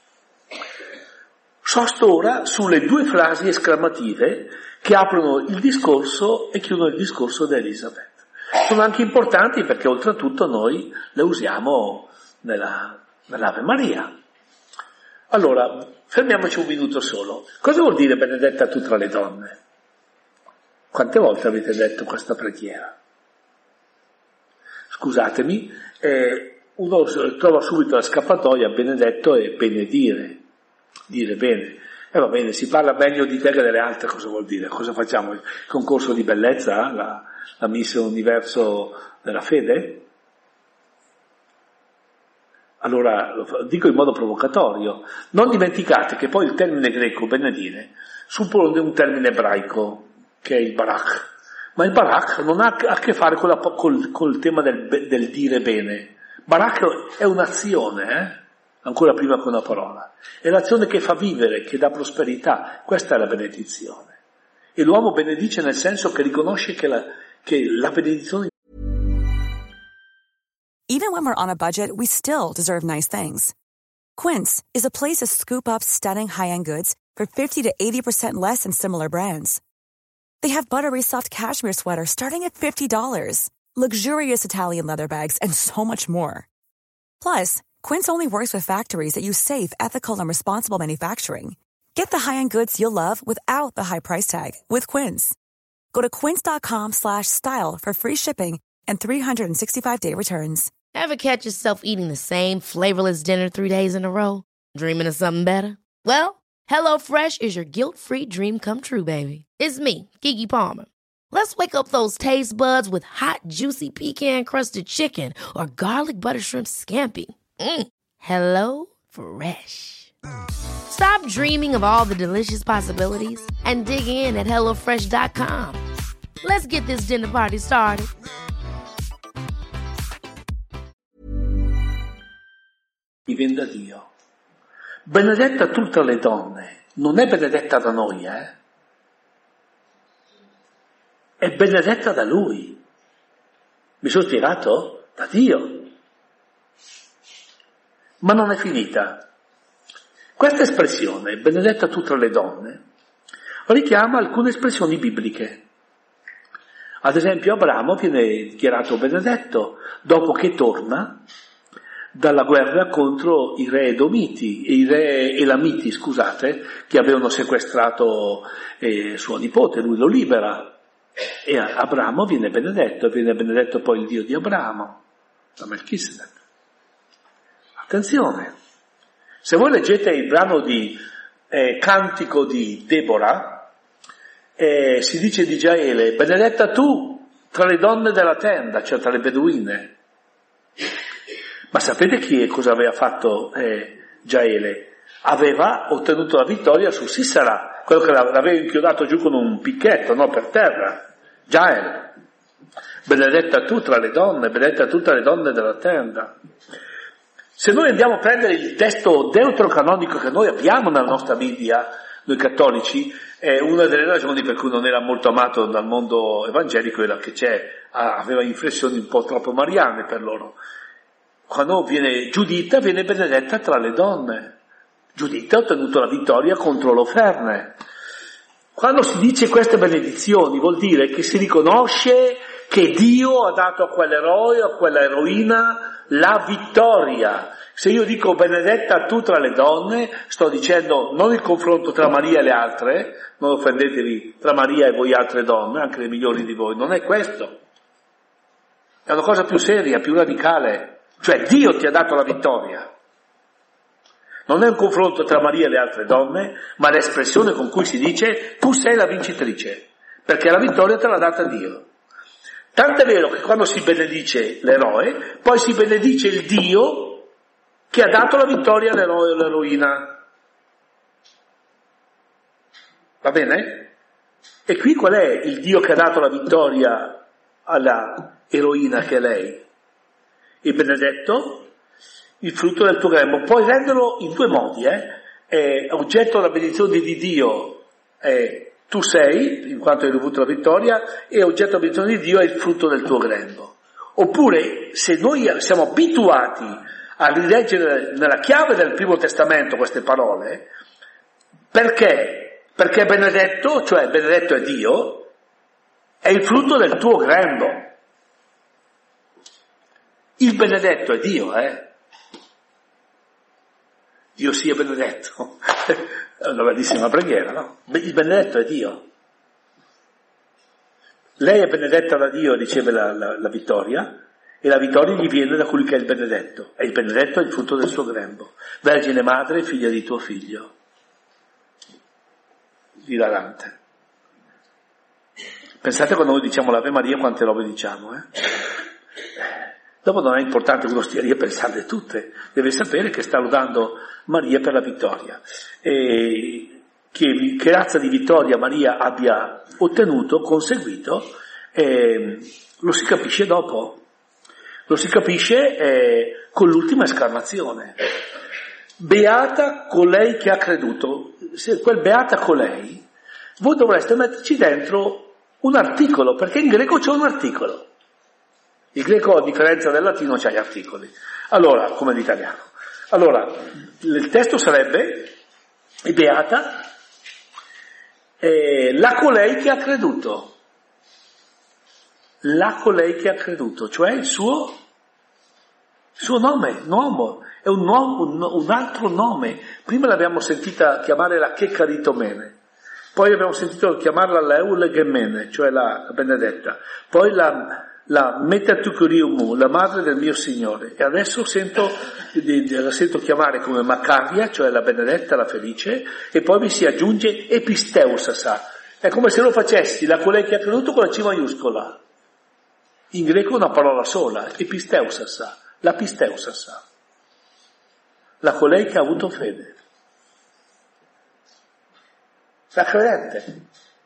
Sosto ora sulle due frasi esclamative che aprono il discorso e chiudono il discorso di Elisabetta. Sono anche importanti perché oltretutto noi le usiamo nella, nell'Ave Maria. Allora, fermiamoci un minuto solo. Cosa vuol dire benedetta tu tra le donne? Quante volte avete detto questa preghiera? Scusatemi, eh, uno trova subito la scappatoia, benedetto e benedire, dire bene. E eh, va bene, si parla meglio di te che delle altre, cosa vuol dire? Cosa facciamo? Il concorso di bellezza? La, la Miss Universo della fede? Allora, lo dico in modo provocatorio, non dimenticate che poi il termine greco benedire suppone un termine ebraico, che è il barak, ma il barak non ha a che fare con la, col, col tema del, del dire bene. Barak è un'azione, eh? Ancora prima che una parola, è l'azione che fa vivere, che dà prosperità, questa è la benedizione. E l'uomo benedice nel senso che riconosce che la, che la benedizione. Even when we're on a budget, we still deserve nice things. Quince is a place to scoop up stunning high-end goods for fifty to eighty percent less than similar brands. They have buttery soft cashmere sweaters starting at fifty dollars, luxurious Italian leather bags, and so much more. Plus, Quince only works with factories that use safe, ethical, and responsible manufacturing. Get the high-end goods you'll love without the high price tag with Quince. Go to quince.com slash style for free shipping and three sixty-five day returns. Ever catch yourself eating the same flavorless dinner three days in a row? Dreaming of something better? Well, HelloFresh is your guilt-free dream come true, baby. It's me, Keke Palmer. Let's wake up those taste buds with hot, juicy pecan-crusted chicken or garlic butter shrimp scampi. Mm. Hello Fresh. Stop dreaming of all the delicious possibilities and dig in at hello fresh dot com. Let's get this dinner party started. Viene da Dio. Benedetta tu tra le donne, non è benedetta da noi, eh? È benedetta da Lui. Mi sono spiegato? Da Dio. Ma non è finita. Questa espressione, benedetta tu tra le donne, richiama alcune espressioni bibliche. Ad esempio Abramo viene dichiarato benedetto dopo che torna dalla guerra contro i re edomiti, i re elamiti, scusate, che avevano sequestrato eh, suo nipote, lui lo libera. E Abramo viene benedetto, e viene benedetto poi il Dio di Abramo, da Melchisedec. Attenzione, se voi leggete il brano di eh, Cantico di Debora, eh, si dice di Giaele, benedetta tu tra le donne della tenda, cioè tra le beduine. Ma sapete chi cosa aveva fatto eh, Giaele? Aveva ottenuto la vittoria su Sisera, quello che l'aveva inchiodato giù con un picchetto, no, per terra. Giaele, benedetta tu tra le donne, benedetta tu tra le donne della tenda. Se noi andiamo a prendere il testo deuterocanonico che noi abbiamo nella nostra Bibbia, noi cattolici, è una delle ragioni per cui non era molto amato dal mondo evangelico era che c'è, aveva inflessioni un po' troppo mariane per loro. Quando viene Giuditta, viene benedetta tra le donne. Giuditta ha ottenuto la vittoria contro l'Oferne. Quando si dice queste benedizioni vuol dire che si riconosce che Dio ha dato a quell'eroe o a quella eroina la vittoria. Se io dico benedetta tu tra le donne, sto dicendo non il confronto tra Maria e le altre, non offendetevi, tra Maria e voi altre donne, anche le migliori di voi, non è questo. È una cosa più seria, più radicale, cioè Dio ti ha dato la vittoria. Non è un confronto tra Maria e le altre donne, ma l'espressione con cui si dice tu sei la vincitrice, perché la vittoria te l'ha data Dio. Tant'è vero che quando si benedice l'eroe, poi si benedice il Dio che ha dato la vittoria all'eroe o all'eroina. Va bene? E qui qual è il Dio che ha dato la vittoria alla eroina che è lei? Il benedetto, il frutto del tuo grembo. Puoi renderlo in due modi, eh? È oggetto della benedizione di Dio, è tu sei, in quanto hai ricevuto la vittoria, e oggetto della benedizione di Dio è il frutto del tuo grembo. Oppure, se noi siamo abituati a rileggere nella chiave del Primo Testamento queste parole, perché? Perché benedetto, cioè benedetto è Dio, è il frutto del tuo grembo. Il benedetto è Dio, eh? Dio sia benedetto. È una bellissima preghiera, no? Il benedetto è Dio. Lei è benedetta da Dio e riceve la, la, la vittoria, e la vittoria gli viene da colui che è il benedetto. E il benedetto è il frutto del suo grembo. Vergine madre, figlia di tuo figlio. Ilarante. Pensate quando noi diciamo l'Ave Maria quante robe diciamo, eh? Dopo non è importante che uno stia lì a pensarle tutte, deve sapere che sta lodando Maria per la vittoria. E che, che razza di vittoria Maria abbia ottenuto, conseguito, eh, lo si capisce dopo. Lo si capisce eh, con l'ultima esclamazione. Beata colei che ha creduto. Se quel beata colei, voi dovreste metterci dentro un articolo, perché in greco c'è un articolo. Il greco, a differenza del latino, c'ha gli articoli. Allora, come l'italiano. Allora, il testo sarebbe, è beata, eh, la colei che ha creduto, la colei che ha creduto, cioè il suo, il suo nome, nome, è un, nuovo, un, un altro nome. Prima l'abbiamo sentita chiamare la Checaritomene, poi abbiamo sentito chiamarla la Eulegemene, cioè la, la benedetta, poi la, la Metatucuriumu, la madre del mio Signore, e adesso sento, la sento chiamare come Macaria, cioè la benedetta, la felice, e poi mi si aggiunge Episteusasa. È come se lo facessi, la colei che ha creduto con la C maiuscola. In greco è una parola sola, Episteusasa, la Pisteusasa. La colei che ha avuto fede. La credente.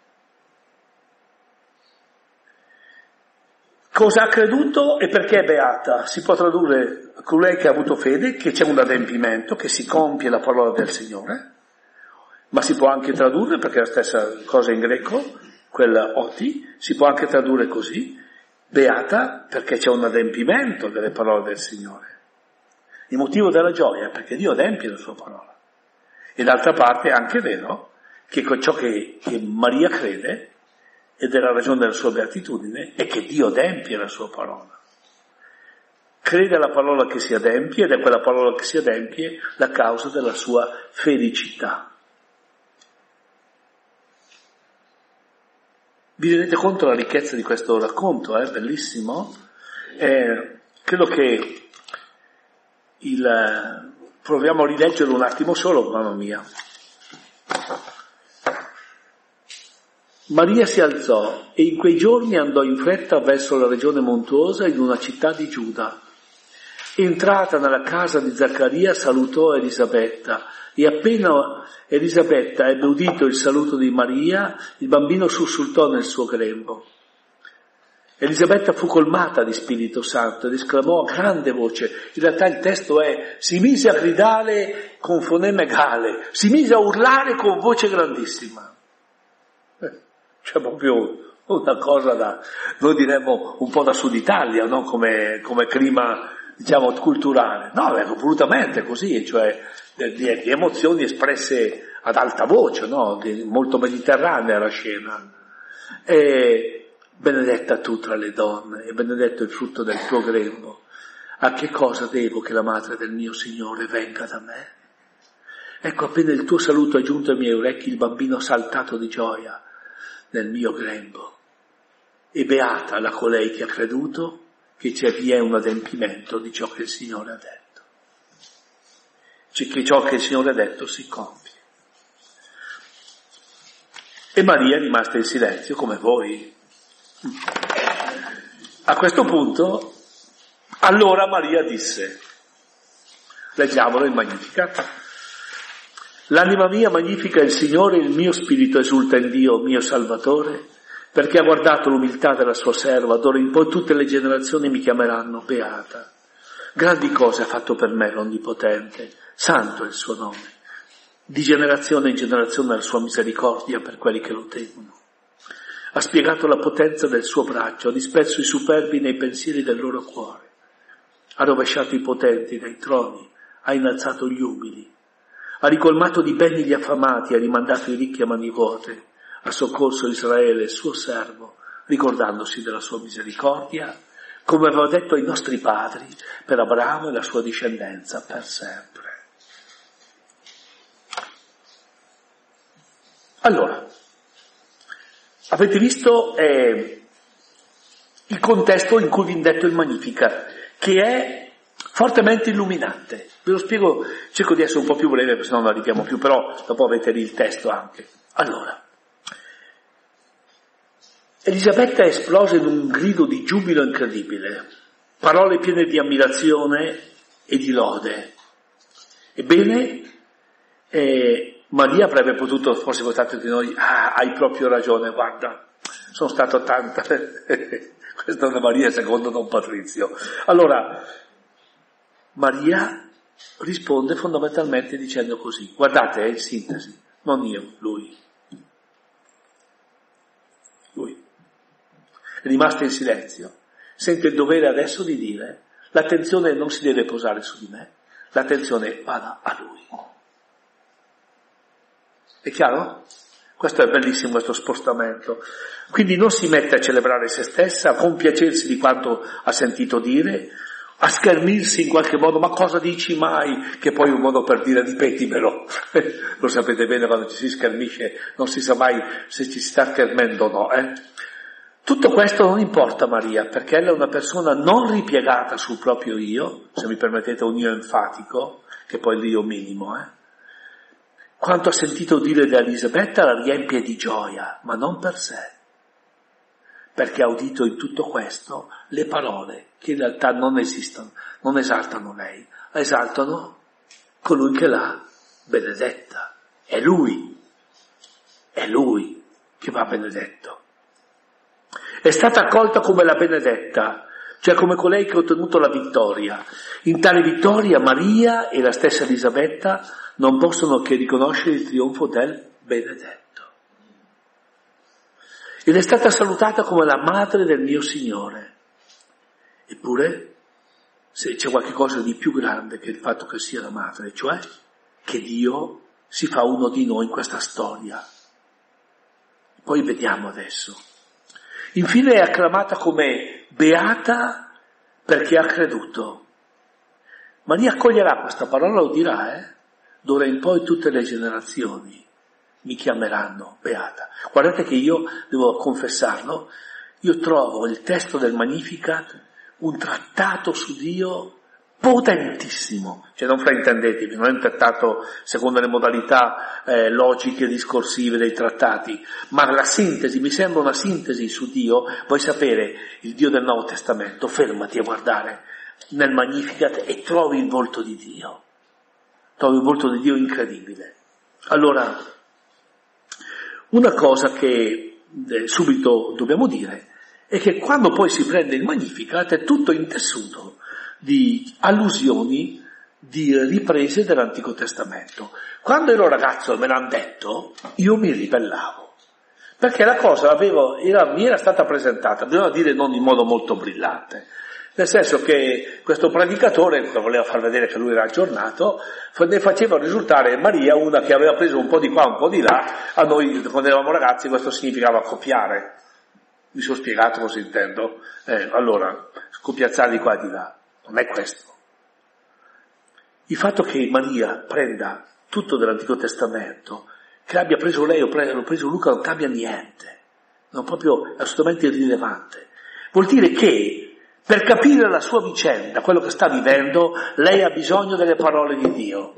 Cosa ha creduto e perché è beata? Si può tradurre colei che ha avuto fede, che c'è un adempimento, che si compie la parola del Signore, ma si può anche tradurre, perché è la stessa cosa in greco, quella oti, si può anche tradurre così, beata perché c'è un adempimento delle parole del Signore. Il motivo della gioia è perché Dio adempie la sua parola. E d'altra parte è anche vero che ciò che, che Maria crede, ed è la ragione della sua beatitudine, è che Dio adempie la sua parola. Crede alla parola che si adempie, ed è quella parola che si adempie la causa della sua felicità. Vi rendete conto della ricchezza di questo racconto, è eh? Bellissimo? Eh, credo che il, proviamo a rileggerlo un attimo solo, mamma mia. Maria si alzò e in quei giorni andò in fretta verso la regione montuosa in una città di Giuda. Entrata nella casa di Zaccaria salutò Elisabetta e appena Elisabetta ebbe udito il saluto di Maria, il bambino sussultò nel suo grembo. Elisabetta fu colmata di Spirito Santo ed esclamò a grande voce, in realtà il testo è, si mise a gridare con foneme gale, si mise a urlare con voce grandissima. Eh, c'è proprio una cosa da, noi diremmo un po' da Sud Italia, no? come, come clima, diciamo, culturale. No, è volutamente così, cioè di, di emozioni espresse ad alta voce, no? Di, molto mediterranea la scena. E, benedetta tu tra le donne e benedetto il frutto del tuo grembo. A che cosa devo che la madre del mio Signore venga da me? Ecco, appena il tuo saluto è giunto ai miei orecchi, il bambino ha saltato di gioia nel mio grembo. E beata la colei che ha creduto che c'è vi è un adempimento di ciò che il Signore ha detto. Cioè che ciò che il Signore ha detto si compie. E Maria è rimasta in silenzio come voi. A questo punto, allora Maria disse, leggiamolo in Magnificat, l'anima mia magnifica il Signore, il mio spirito esulta in Dio, mio Salvatore, perché ha guardato l'umiltà della sua serva, d'ora in poi tutte le generazioni mi chiameranno beata. Grandi cose ha fatto per me l'Onnipotente, santo è il suo nome, di generazione in generazione la sua misericordia per quelli che lo temono. Ha spiegato la potenza del suo braccio, ha dispresso i superbi nei pensieri del loro cuore, ha rovesciato i potenti dai troni, ha innalzato gli umili, ha ricolmato di beni gli affamati, ha rimandato i ricchi a mani vuote, ha soccorso Israele, il suo servo, ricordandosi della sua misericordia, come aveva detto ai nostri padri, per Abramo e la sua discendenza per sempre. Allora, avete visto eh, il contesto in cui vi ho detto il Magnificat, che è fortemente illuminante. Ve lo spiego, cerco di essere un po' più breve, perché sennò non arriviamo più, però dopo avete lì il testo anche. Allora, Elisabetta è esplosa in un grido di giubilo incredibile, parole piene di ammirazione e di lode. Ebbene, eh, Maria avrebbe potuto, forse voi tanti di noi, ah, hai proprio ragione, guarda, sono stato tanta, questa è una Maria secondo Don Patrizio. Allora, Maria risponde fondamentalmente dicendo così, guardate, è in sintesi, non io, lui. Lui. È rimasta in silenzio, sente il dovere adesso di dire, l'attenzione non si deve posare su di me, l'attenzione vada a Lui. È chiaro? Questo è bellissimo, questo spostamento. Quindi non si mette a celebrare se stessa, a compiacersi di quanto ha sentito dire, a schermirsi in qualche modo, ma cosa dici mai? Che poi è un modo per dire ripetimelo. Lo sapete bene, quando ci si schermisce non si sa mai se ci si sta schermendo o no. Eh? Tutto questo non importa a Maria, perché ella è una persona non ripiegata sul proprio io, se mi permettete un io enfatico, che poi è l'io minimo, eh? Quanto ha sentito dire da Elisabetta la riempie di gioia, ma non per sé, perché ha udito in tutto questo le parole che in realtà non esistono, non esaltano lei, esaltano colui che l'ha benedetta. È Lui, è Lui che va benedetto. È stata accolta come la benedetta, cioè come colei che ha ottenuto la vittoria. In tale vittoria Maria e la stessa Elisabetta non possono che riconoscere il trionfo del benedetto. Ed è stata salutata come la madre del mio Signore. Eppure, se c'è qualche cosa di più grande che il fatto che sia la madre, cioè che Dio si fa uno di noi in questa storia. Poi vediamo adesso. Infine è acclamata come beata perché ha creduto. Maria accoglierà questa parola, lo dirà, eh? D'ora in poi tutte le generazioni mi chiameranno beata. Guardate che io, devo confessarlo, io trovo il testo del Magnificat un trattato su Dio potentissimo, cioè non fraintendetevi, non è un trattato secondo le modalità eh, logiche e discorsive dei trattati, ma la sintesi, mi sembra una sintesi su Dio. Vuoi sapere il Dio del Nuovo Testamento? Fermati a guardare nel Magnificat e trovi il volto di Dio. Trovi un volto di Dio incredibile. Allora, una cosa che eh, subito dobbiamo dire è che quando poi si prende il Magnificat è tutto intessuto di allusioni, di riprese dell'Antico Testamento. Quando ero ragazzo me l'hanno detto, io mi ribellavo, perché la cosa avevo, era, mi era stata presentata, bisogna dire non in modo molto brillante. Nel senso che questo predicatore, che voleva far vedere che lui era aggiornato, ne faceva risultare Maria una che aveva preso un po' di qua, un po' di là. A noi, quando eravamo ragazzi, questo significava copiare. Mi sono spiegato cosa intendo? Eh, allora, copiazzare di qua e di là. Non è questo. Il fatto che Maria prenda tutto dell'Antico Testamento, che abbia preso lei o l'ho preso Luca, non cambia niente. Non proprio assolutamente irrilevante. Vuol dire che per capire la sua vicenda, quello che sta vivendo, lei ha bisogno delle parole di Dio.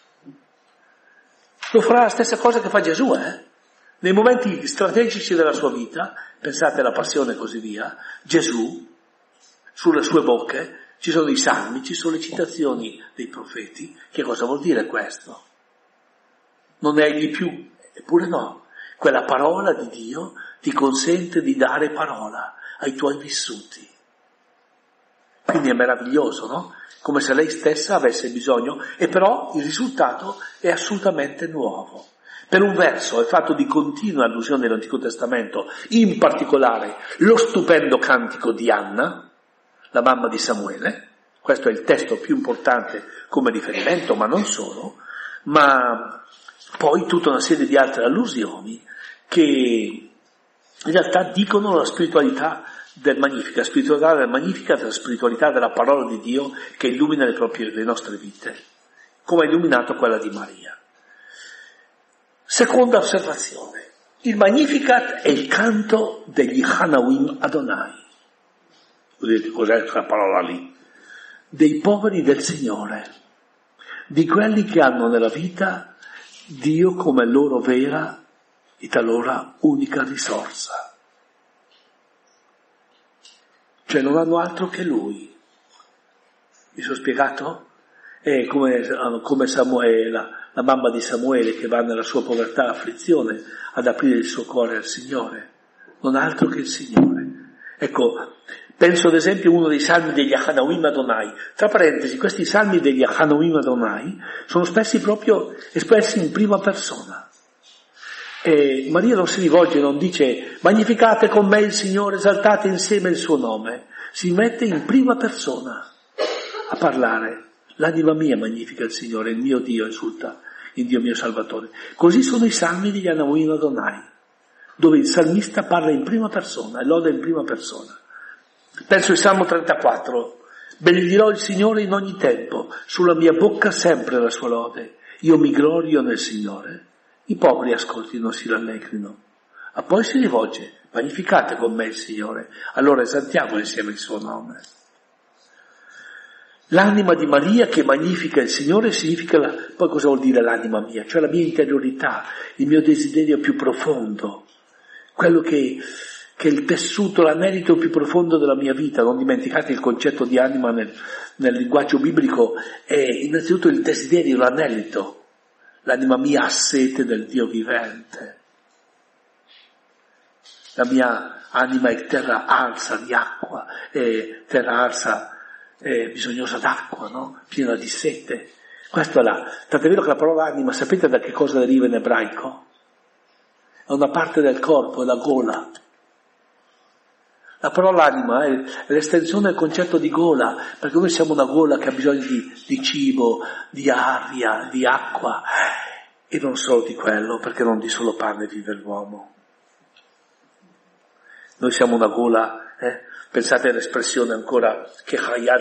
Lo farà la stessa cosa che fa Gesù, eh? Nei momenti strategici della sua vita, pensate alla passione e così via, Gesù, sulle sue bocche, ci sono i salmi, ci sono le citazioni dei profeti. Che cosa vuol dire questo? Non è egli più, eppure no. Quella parola di Dio ti consente di dare parola ai tuoi vissuti. Quindi è meraviglioso, no? Come se lei stessa avesse bisogno, e però il risultato è assolutamente nuovo. Per un verso è fatto di continue allusioni all'Antico Testamento, in particolare lo stupendo cantico di Anna, la mamma di Samuele. Questo è il testo più importante come riferimento, ma non solo, ma poi tutta una serie di altre allusioni che in realtà dicono la spiritualità del Magnificat, spiritualità del Magnificat, la spiritualità della parola di Dio che illumina le proprie, le nostre vite, come ha illuminato quella di Maria. Seconda osservazione, il Magnificat è il canto degli Hanawim Adonai. Vedete cos'è quella parola lì? Dei poveri del Signore, di quelli che hanno nella vita Dio come loro vera e talora unica risorsa. Cioè non hanno altro che Lui. Mi sono spiegato? È come, come Samuele, la mamma di Samuele che va nella sua povertà e afflizione ad aprire il suo cuore al Signore. Non altro che il Signore. Ecco, penso ad esempio a uno dei salmi degli Hanawim Adonai. Tra parentesi, questi salmi degli Hanawim Adonai sono spesso proprio espressi in prima persona. E Maria non si rivolge, non dice magnificate con me il Signore, esaltate insieme il suo nome. Si mette in prima persona a parlare L'anima mia magnifica il Signore, il mio Dio esulta, il Dio mio Salvatore. Così sono i salmi di Yanahuin Adonai, dove il salmista parla in prima persona e loda in prima persona. Penso il Salmo trentaquattro. Benedirò il Signore in ogni tempo, sulla mia bocca sempre la sua lode. Io mi glorio nel Signore. I poveri ascoltino, si rallegrino. Ma poi si rivolge, magnificate con me il Signore, allora esaltiamo insieme il suo nome. L'anima di Maria che magnifica il Signore significa, la, poi cosa vuol dire l'anima mia? Cioè la mia interiorità, il mio desiderio più profondo, quello che, che è il tessuto, l'anelito più profondo della mia vita. Non dimenticate il concetto di anima nel, nel linguaggio biblico, è innanzitutto il desiderio, l'anelito. L'anima mia ha sete del Dio vivente. La mia anima è terra arsa di acqua, è terra arsa è bisognosa d'acqua, no? Piena di sete. Questo è la, tant'è vero che la parola anima, sapete da che cosa deriva in ebraico? È una parte del corpo, è la gola. La parola anima è l'estensione del concetto di gola, perché noi siamo una gola che ha bisogno di, di cibo, di aria, di acqua, e non solo di quello, perché non di solo pane vive l'uomo. Noi siamo una gola, eh? Pensate all'espressione ancora, che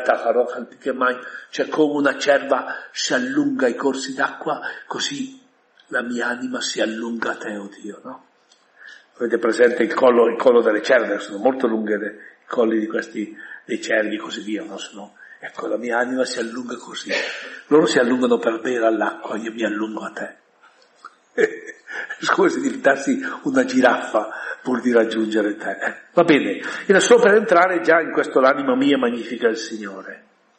cioè come una cerva si allunga i corsi d'acqua, così la mia anima si allunga a te, oh Dio, no? Avete presente il collo, il collo delle cerve, sono molto lunghe le, i colli di questi, dei cervi e così via, no? Sono, ecco, la mia anima si allunga così. Loro si allungano per bere all'acqua, io mi allungo a te. Scusi, diventarsi una giraffa pur di raggiungere te. Eh, va bene, era solo per entrare già in questo l'anima mia magnifica il Signore.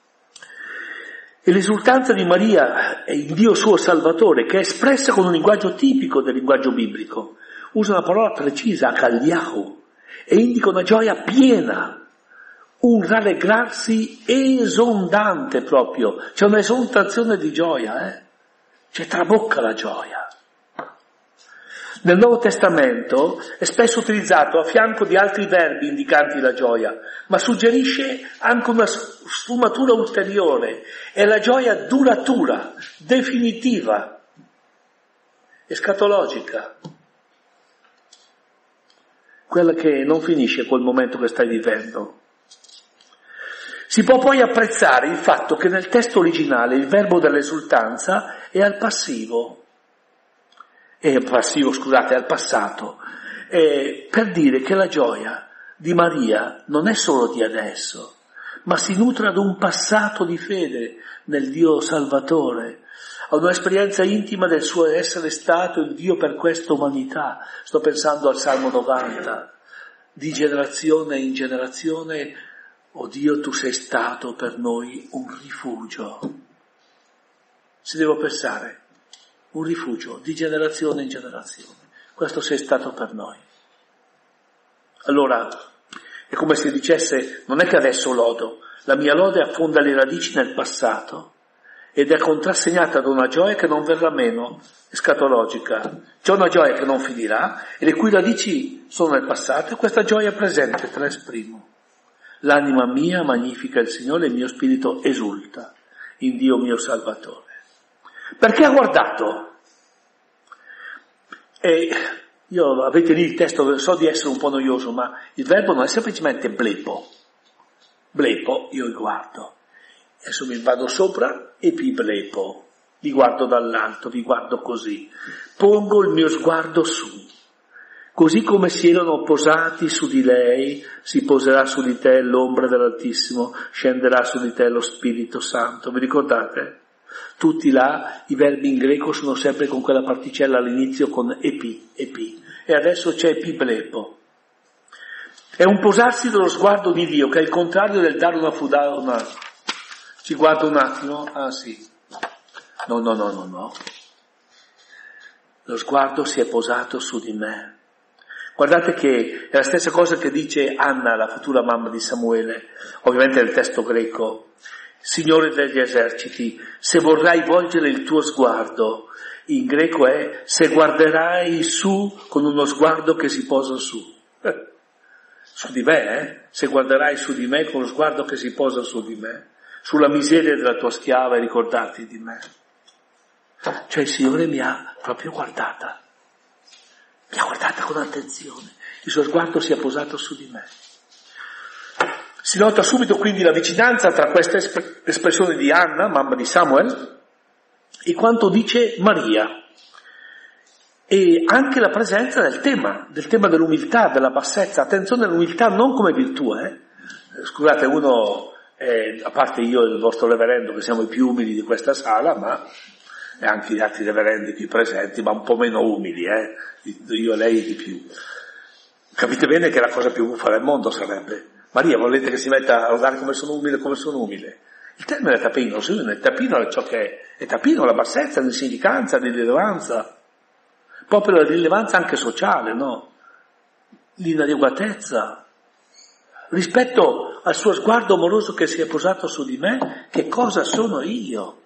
E l'esultanza di Maria è in Dio suo Salvatore, che è espressa con un linguaggio tipico del linguaggio biblico. Usa una parola precisa, akaliahu, e indica una gioia piena, un rallegrarsi esondante proprio. C'è un'esaltazione di gioia, eh? C'è trabocca la gioia. Nel Nuovo Testamento è spesso utilizzato a fianco di altri verbi indicanti la gioia, ma suggerisce anche una sfumatura ulteriore. È la gioia duratura, definitiva, escatologica, quella che non finisce col momento che stai vivendo. Si può poi apprezzare il fatto che nel testo originale il verbo dell'esultanza è al passivo, è passivo, scusate, è al passato, è per dire che la gioia di Maria non è solo di adesso, ma si nutre ad un passato di fede nel Dio Salvatore, a un'esperienza intima del suo essere stato il Dio per questa umanità. Sto pensando al Salmo novanta, di generazione in generazione, oh Dio, tu sei stato per noi un rifugio. Si deve pensare, un rifugio di generazione in generazione. Questo sei stato per noi. Allora, è come se dicesse, non è che adesso lodo, la mia lode affonda le radici nel passato ed è contrassegnata da una gioia che non verrà meno, escatologica. C'è una gioia che non finirà e le cui radici sono nel passato, e questa gioia presente te la esprimo. L'anima mia magnifica il Signore, il mio spirito esulta in Dio mio Salvatore. Perché ha guardato? E io, avete lì il testo, so di essere un po' noioso, ma il verbo non è semplicemente blepo. Blepo, io guardo. Adesso mi vado sopra e pi blepo. Vi guardo dall'alto, vi guardo così. Pongo il mio sguardo su. Così come si erano posati su di lei, si poserà su di te l'ombra dell'Altissimo, scenderà su di te lo Spirito Santo. Vi ricordate? Tutti là, i verbi in greco sono sempre con quella particella all'inizio con epi, epi. E adesso c'è epiblepo. È un posarsi dello sguardo di Dio, che è il contrario del dare una fudata, una... Ci guardo un attimo, ah sì. No, no, no, no, no. Lo sguardo si è posato su di me. Guardate che è la stessa cosa che dice Anna, la futura mamma di Samuele, ovviamente nel testo greco. Signore degli eserciti, se vorrai volgere il tuo sguardo, in greco è se guarderai su con uno sguardo che si posa su. Su di me, eh? Se guarderai su di me con lo sguardo che si posa su di me. sulla miseria della tua schiava e ricordarti di me. Cioè il Signore mi ha proprio guardata, mi ha guardata con attenzione, il suo sguardo si è posato su di me. Si nota subito quindi la vicinanza tra questa esp- espressione di Anna, mamma di Samuel, e quanto dice Maria, e anche la presenza del tema, del tema dell'umiltà, della bassezza. Attenzione all'umiltà non come virtù, eh. Scusate, uno, eh, a parte io e il vostro reverendo che siamo i più umili di questa sala, ma e anche gli altri reverendi qui presenti, ma un po' meno umili, eh. Io e lei di più. Capite bene che la cosa più buffa del mondo sarebbe: Maria, volete che si metta a guardare come sono umile, come sono umile? Il termine è tapino, sì, il tapino è ciò che è, è tapino, la bassezza, l'insignificanza, l'irrilevanza, proprio la rilevanza anche sociale, no? L'inadeguatezza. Rispetto al suo sguardo amoroso che si è posato su di me, che cosa sono io?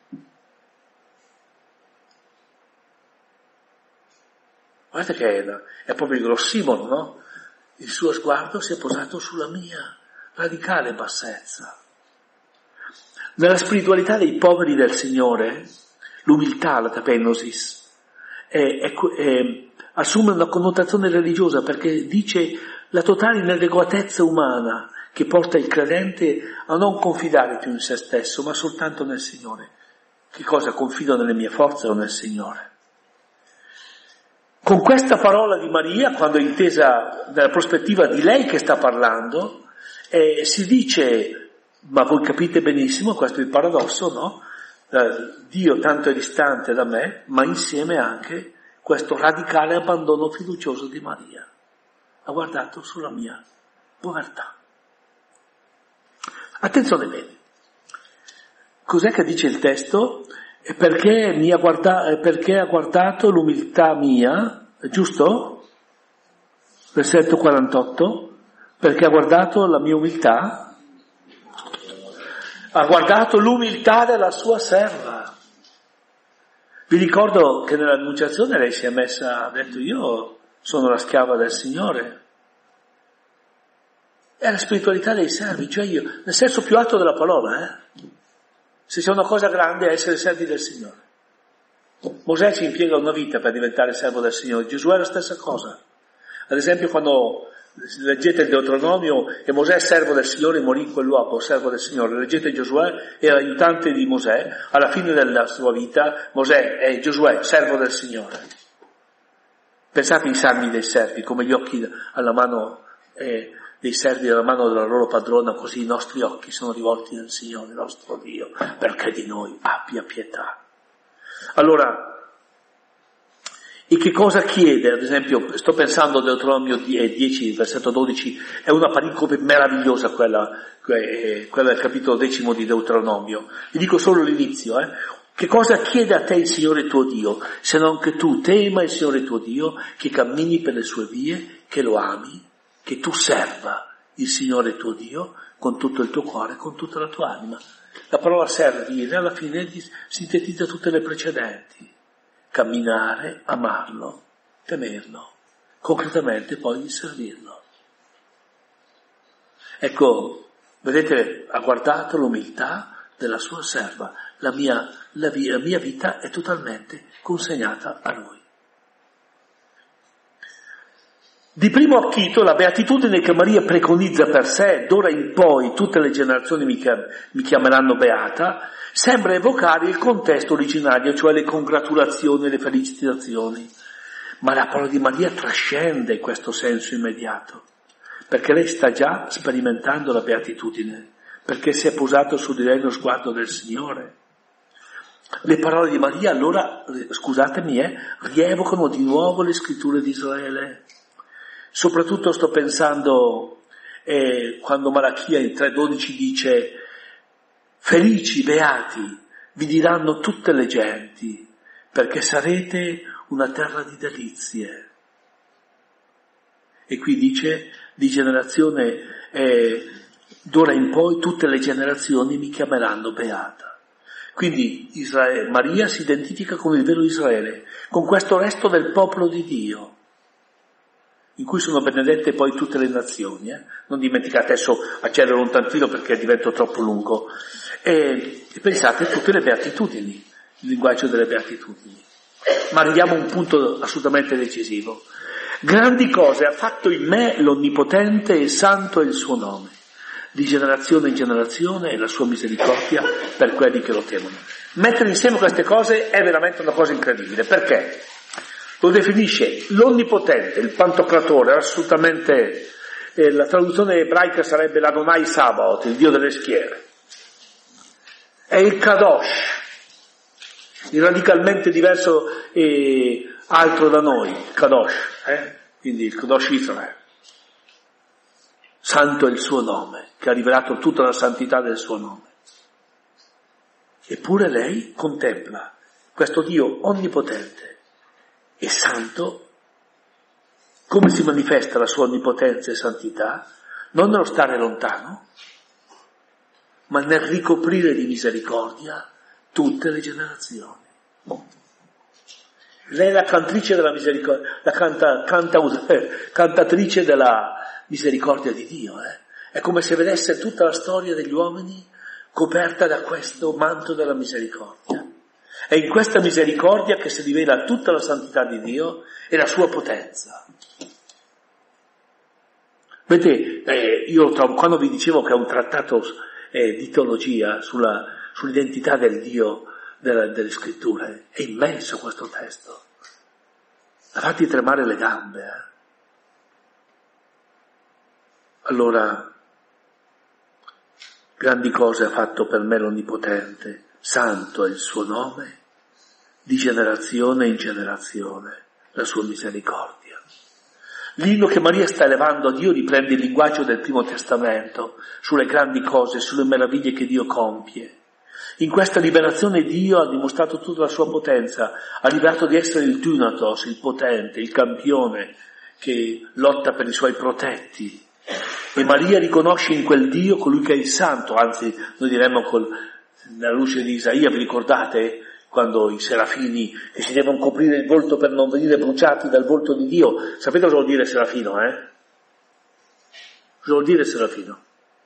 Guardate che è, è proprio il grossimolo, no? Il suo sguardo si è posato sulla mia radicale bassezza. Nella spiritualità dei poveri del Signore, l'umiltà, la tapenosis, è, è, è, assume una connotazione religiosa perché dice la totale inadeguatezza umana che porta il credente a non confidare più in se stesso, ma soltanto nel Signore. Che cosa? Confido nelle mie forze o nel Signore? Con questa parola di Maria, quando è intesa nella prospettiva di lei che sta parlando, eh, si dice, ma voi capite benissimo, questo è il paradosso, no? Eh, Dio tanto è distante da me, ma insieme anche questo radicale abbandono fiducioso di Maria. Ha guardato sulla mia povertà. Attenzione bene. Cos'è che dice il testo? Perché, mi ha guardato, perché ha guardato l'umiltà mia, giusto? Versetto quarantotto, perché ha guardato la mia umiltà, ha guardato l'umiltà della sua serva. Vi ricordo che nell'annunciazione lei si è messa, ha detto io sono la schiava del Signore. È la spiritualità dei servi, cioè io, nel senso più alto della parola, eh? Se c'è una cosa grande è essere servi del Signore. Mosè ci impiega una vita per diventare servo del Signore, Giosuè è la stessa cosa. Ad esempio quando leggete il Deuteronomio e Mosè è servo del Signore, morì in quel luogo, servo del Signore, leggete Giosuè, era aiutante di Mosè, alla fine della sua vita Mosè è Giosuè, servo del Signore. Pensate ai salmi dei servi, come gli occhi alla mano eh, dei servi alla mano della loro padrona, così i nostri occhi sono rivolti nel Signore nostro Dio, perché di noi abbia pietà. Allora, e che cosa chiede? Ad esempio, sto pensando a Deuteronomio dieci, versetto dodici, è una pericope meravigliosa quella, quella del capitolo decimo di Deuteronomio. Vi dico solo l'inizio, eh. Che cosa chiede a te il Signore tuo Dio, se non che tu tema il Signore tuo Dio, che cammini per le sue vie, che lo ami, che tu serva il Signore tuo Dio con tutto il tuo cuore, con tutta la tua anima. La parola servire alla fine sintetizza tutte le precedenti. Camminare, amarlo, temerlo, concretamente poi servirlo. Ecco, vedete, ha guardato l'umiltà della sua serva, la mia, la via, la mia vita è totalmente consegnata a lui. Di primo acchito la beatitudine che Maria preconizza per sé, d'ora in poi tutte le generazioni mi, chiam- mi chiameranno beata, sembra evocare il contesto originario, cioè le congratulazioni e le felicitazioni. Ma la parola di Maria trascende questo senso immediato, perché lei sta già sperimentando la beatitudine, perché si è posato su di lei lo sguardo del Signore. Le parole di Maria allora, scusatemi, eh, rievocano di nuovo le scritture di Israele. Soprattutto sto pensando eh, quando Malachia in tre dodici dice felici, beati, vi diranno tutte le genti, perché sarete una terra di delizie. E qui dice di generazione, eh, d'ora in poi tutte le generazioni mi chiameranno beata. Quindi Israele, Maria si identifica con il vero Israele, con questo resto del popolo di Dio, in cui sono benedette poi tutte le nazioni. Eh? Non dimenticate, adesso accelero un tantino perché divento troppo lungo. E, e pensate a tutte le beatitudini, il linguaggio delle beatitudini. Ma arriviamo a un punto assolutamente decisivo. Grandi cose ha fatto in me l'Onnipotente e santo è il suo nome. Di generazione in generazione è la sua misericordia per quelli che lo temono. Mettere insieme queste cose è veramente una cosa incredibile. Perché? Lo definisce l'Onnipotente, il Pantocratore, assolutamente, eh, la traduzione ebraica sarebbe l'Adonai Sabaoth, il Dio delle schiere. È il Kadosh, il radicalmente diverso e altro da noi, il Kadosh, eh? Quindi il Kadosh Israele. Santo è il suo nome, che ha rivelato tutta la santità del suo nome. Eppure lei contempla questo Dio onnipotente e santo, come si manifesta la sua onnipotenza e santità, non nello stare lontano, ma nel ricoprire di misericordia tutte le generazioni. Lei è la cantrice della misericordia, la canta, canta, eh, cantatrice della misericordia di Dio. Eh. È come se vedesse tutta la storia degli uomini coperta da questo manto della misericordia. È in questa misericordia che si rivela tutta la santità di Dio e la sua potenza. Vedete, eh, io trovo, quando vi dicevo che è un trattato eh, di teologia sulla, sull'identità del Dio delle, delle scritture, è immenso questo testo. Ha fatti tremare le gambe. Eh. Allora, grandi cose ha fatto per me l'Onnipotente, santo è il suo nome, di generazione in generazione la sua misericordia. L'inno che Maria sta elevando a Dio riprende il linguaggio del Primo Testamento, sulle grandi cose, sulle meraviglie che Dio compie. In questa liberazione Dio ha dimostrato tutta la sua potenza, ha rivelato di essere il Dunatos, il potente, il campione che lotta per i suoi protetti. E Maria riconosce in quel Dio colui che è il santo, anzi noi diremmo col, nella luce di Isaia, vi ricordate quando i serafini che si devono coprire il volto per non venire bruciati dal volto di Dio? Sapete cosa vuol dire serafino, eh? Cosa vuol dire serafino?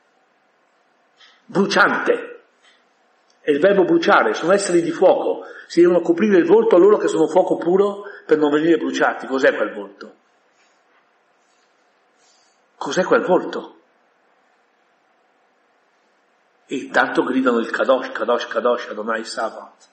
Bruciante. È il verbo bruciare, sono esseri di fuoco, si devono coprire il volto a loro che sono fuoco puro per non venire bruciati. Cos'è quel volto? Cos'è quel volto? E intanto gridano il Kadosh, Kadosh, Kadosh, Adonai Sabaoth.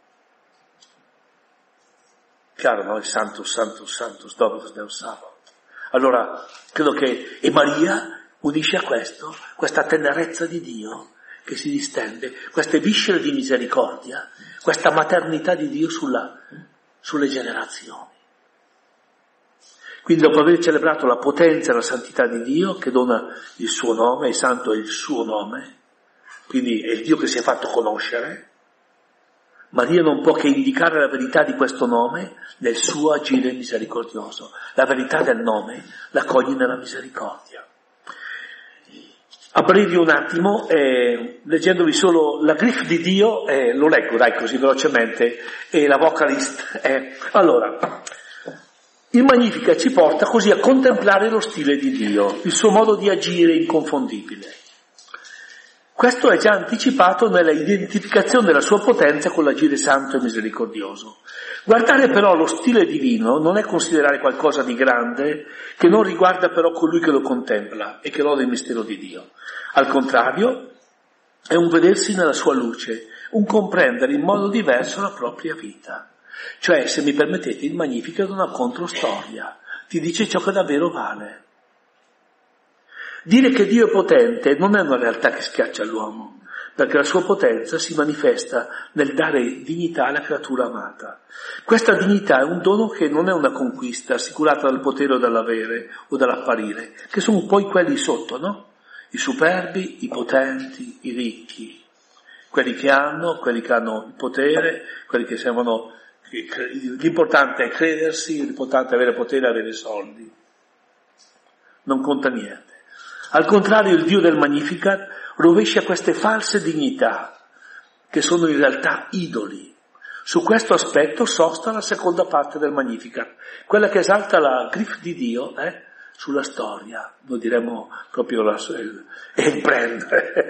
Chiaro, no? Il Santo, Santo, Santo, Dominus Deus Sabaoth. Allora, credo che, e Maria unisce a questo, questa tenerezza di Dio che si distende, queste viscere di misericordia, questa maternità di Dio sulla, sulle generazioni. Quindi dopo aver celebrato la potenza e la santità di Dio che dona il suo nome, e santo è il suo nome, quindi è il Dio che si è fatto conoscere, Maria non può che indicare la verità di questo nome nel suo agire misericordioso. La verità del nome la coglie nella misericordia. Abbrevi un attimo, eh, leggendovi solo la griffe di Dio, eh, lo leggo dai così velocemente, e la vocalist. Eh. Allora, il Magnificat ci porta così a contemplare lo stile di Dio, il suo modo di agire inconfondibile. Questo è già anticipato nella identificazione della sua potenza con l'agire santo e misericordioso. Guardare però lo stile divino non è considerare qualcosa di grande che non riguarda però colui che lo contempla e che lode il mistero di Dio. Al contrario, è un vedersi nella sua luce, un comprendere in modo diverso la propria vita. Cioè, se mi permettete, il Magnificat è una controstoria, ti dice ciò che davvero vale. Dire che Dio è potente non è una realtà che schiaccia l'uomo, perché la sua potenza si manifesta nel dare dignità alla creatura amata. Questa dignità è un dono che non è una conquista assicurata dal potere o dall'avere o dall'apparire, che sono poi quelli sotto, no? I superbi, i potenti, i ricchi, quelli che hanno, quelli che hanno il potere, quelli che sembrano... L'importante è credersi, l'importante è avere potere e avere soldi. Non conta niente. Al contrario, il Dio del Magnificat rovescia queste false dignità, che sono in realtà idoli. Su questo aspetto sosta la seconda parte del Magnificat, quella che esalta la griffe di Dio eh, sulla storia. Noi diremmo proprio la, il, il brand,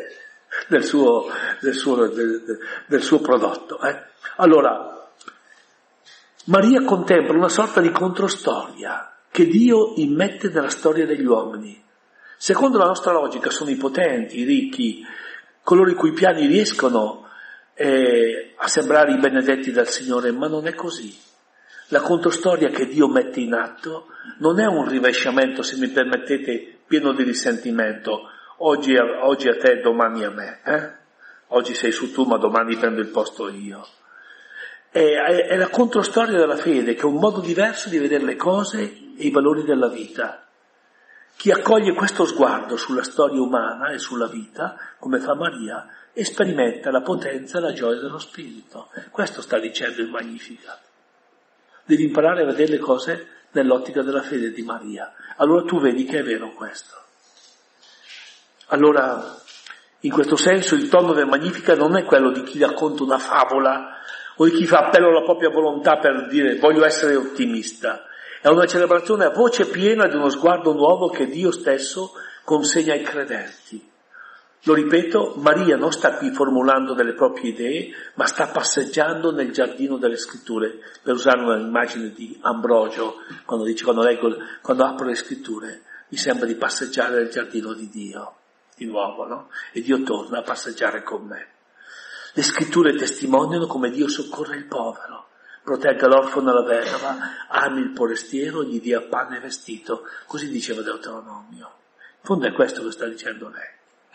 del suo, del suo, del, del suo prodotto. Eh? Allora, Maria contempla una sorta di controstoria che Dio immette nella storia degli uomini. Secondo la nostra logica sono i potenti, i ricchi, coloro i cui piani riescono eh, a sembrare i benedetti dal Signore, ma non è così. La controstoria che Dio mette in atto non è un rovesciamento, se mi permettete, pieno di risentimento. Oggi a, oggi a te, domani a me. Eh? Oggi sei su tu, ma domani prendo il posto io. È, è, è la controstoria della fede, che è un modo diverso di vedere le cose e i valori della vita. Chi accoglie questo sguardo sulla storia umana e sulla vita, come fa Maria, sperimenta la potenza e la gioia dello Spirito. Questo sta dicendo il Magnificat. Devi imparare a vedere le cose nell'ottica della fede di Maria. Allora tu vedi che è vero questo. Allora, in questo senso, il tono del Magnificat non è quello di chi racconta una favola o di chi fa appello alla propria volontà per dire voglio essere ottimista. È una celebrazione a voce piena di uno sguardo nuovo che Dio stesso consegna ai credenti. Lo ripeto, Maria non sta qui formulando delle proprie idee, ma sta passeggiando nel giardino delle scritture, per usare un'immagine di Ambrogio, quando dice, quando leggo, quando apro le scritture, mi sembra di passeggiare nel giardino di Dio, di nuovo, no? E Dio torna a passeggiare con me. Le scritture testimoniano come Dio soccorre il povero, protegga l'orfano e la vedova, ami il forestiero, gli dia pane e vestito, così diceva Deuteronomio. In fondo è questo che sta dicendo lei.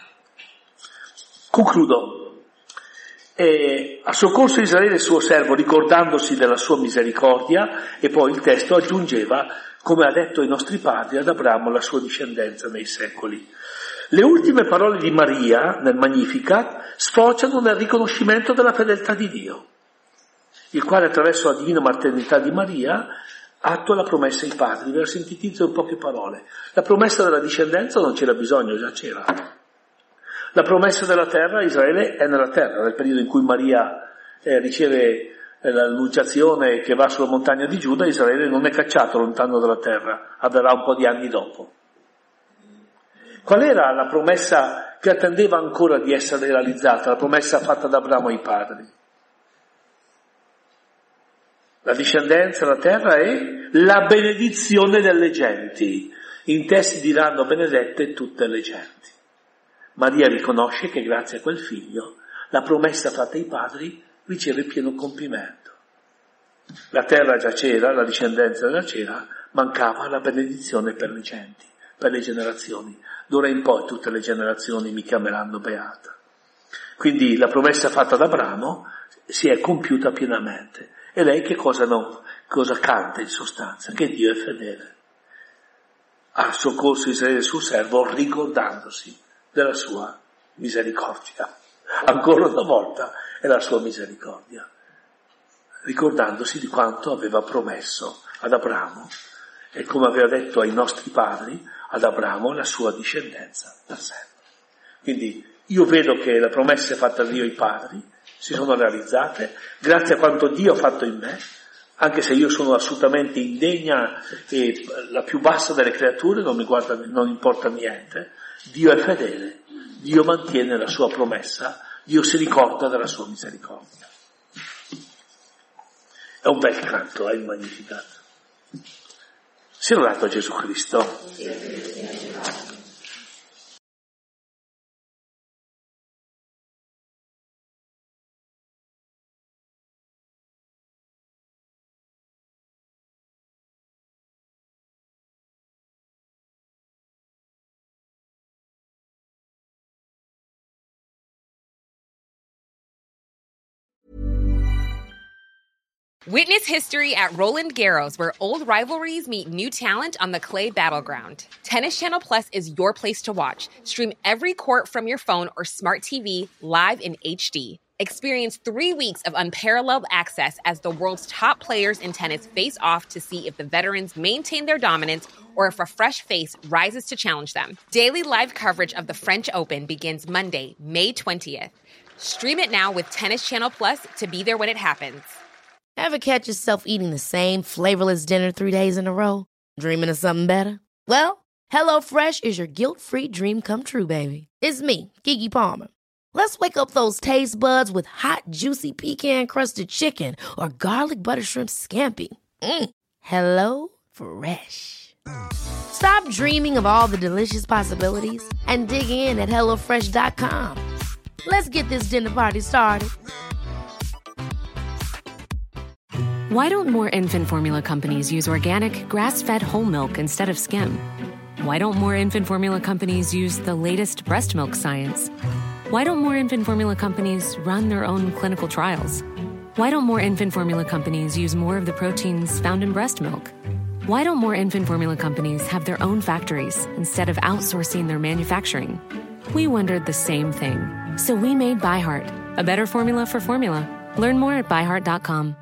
Concludo. E ha soccorso Israele il suo servo ricordandosi della sua misericordia, e poi il testo aggiungeva, come ha detto ai nostri padri, ad Abramo la sua discendenza nei secoli. Le ultime parole di Maria nel Magnificat sfociano nel riconoscimento della fedeltà di Dio, il quale attraverso la divina maternità di Maria attua la promessa ai padri. Ve la sintetizzo in poche parole. La promessa della discendenza non c'era bisogno, già c'era. La promessa della terra, Israele è nella terra, nel periodo in cui Maria eh, riceve eh, l'annunciazione che va sulla montagna di Giuda, Israele non è cacciato lontano dalla terra, avverrà un po' di anni dopo. Qual era la promessa che attendeva ancora di essere realizzata, la promessa fatta da Abramo ai padri? La discendenza della terra è la benedizione delle genti. In te si diranno benedette tutte le genti. Maria riconosce che grazie a quel figlio la promessa fatta ai padri riceve pieno compimento. La terra già c'era, la discendenza già c'era, mancava la benedizione per le genti, per le generazioni. D'ora in poi tutte le generazioni mi chiameranno beata. Quindi la promessa fatta da Abramo si è compiuta pienamente. E lei che cosa, non, cosa canta in sostanza? Che Dio è fedele. Ha soccorso Israele il suo servo ricordandosi della sua misericordia. Ancora una volta è la sua misericordia, ricordandosi di quanto aveva promesso ad Abramo e come aveva detto ai nostri padri, ad Abramo la sua discendenza per sempre. Quindi io vedo che le promesse fatte da Dio ai padri si sono realizzate grazie a quanto Dio ha fatto in me, anche se io sono assolutamente indegna e la più bassa delle creature, non mi guarda, non importa niente. Dio è fedele, Dio mantiene la sua promessa, Dio si ricorda della sua misericordia. È un bel canto, è il Magnificat. Sia lodato a Gesù Cristo. Witness history at Roland Garros, where old rivalries meet new talent on the clay battleground. Tennis Channel Plus is your place to watch. Stream every court from your phone or smart T V live in H D. Experience three weeks of unparalleled access as the world's top players in tennis face off to see if the veterans maintain their dominance or if a fresh face rises to challenge them. Daily live coverage of the French Open begins Monday, May twentieth. Stream it now with Tennis Channel Plus to be there when it happens. Ever catch yourself eating the same flavorless dinner three days in a row? Dreaming of something better? Well, HelloFresh is your guilt-free dream come true, baby. It's me, Keke Palmer. Let's wake up those taste buds with hot, juicy pecan-crusted chicken or garlic butter shrimp scampi. Mm. Hello Fresh. Stop dreaming of all the delicious possibilities and dig in at hello fresh dot com. Let's get this dinner party started. Why don't more infant formula companies use organic, grass-fed whole milk instead of skim? Why don't more infant formula companies use the latest breast milk science? Why don't more infant formula companies run their own clinical trials? Why don't more infant formula companies use more of the proteins found in breast milk? Why don't more infant formula companies have their own factories instead of outsourcing their manufacturing? We wondered the same thing. So we made ByHeart, a better formula for formula. Learn more at by heart dot com.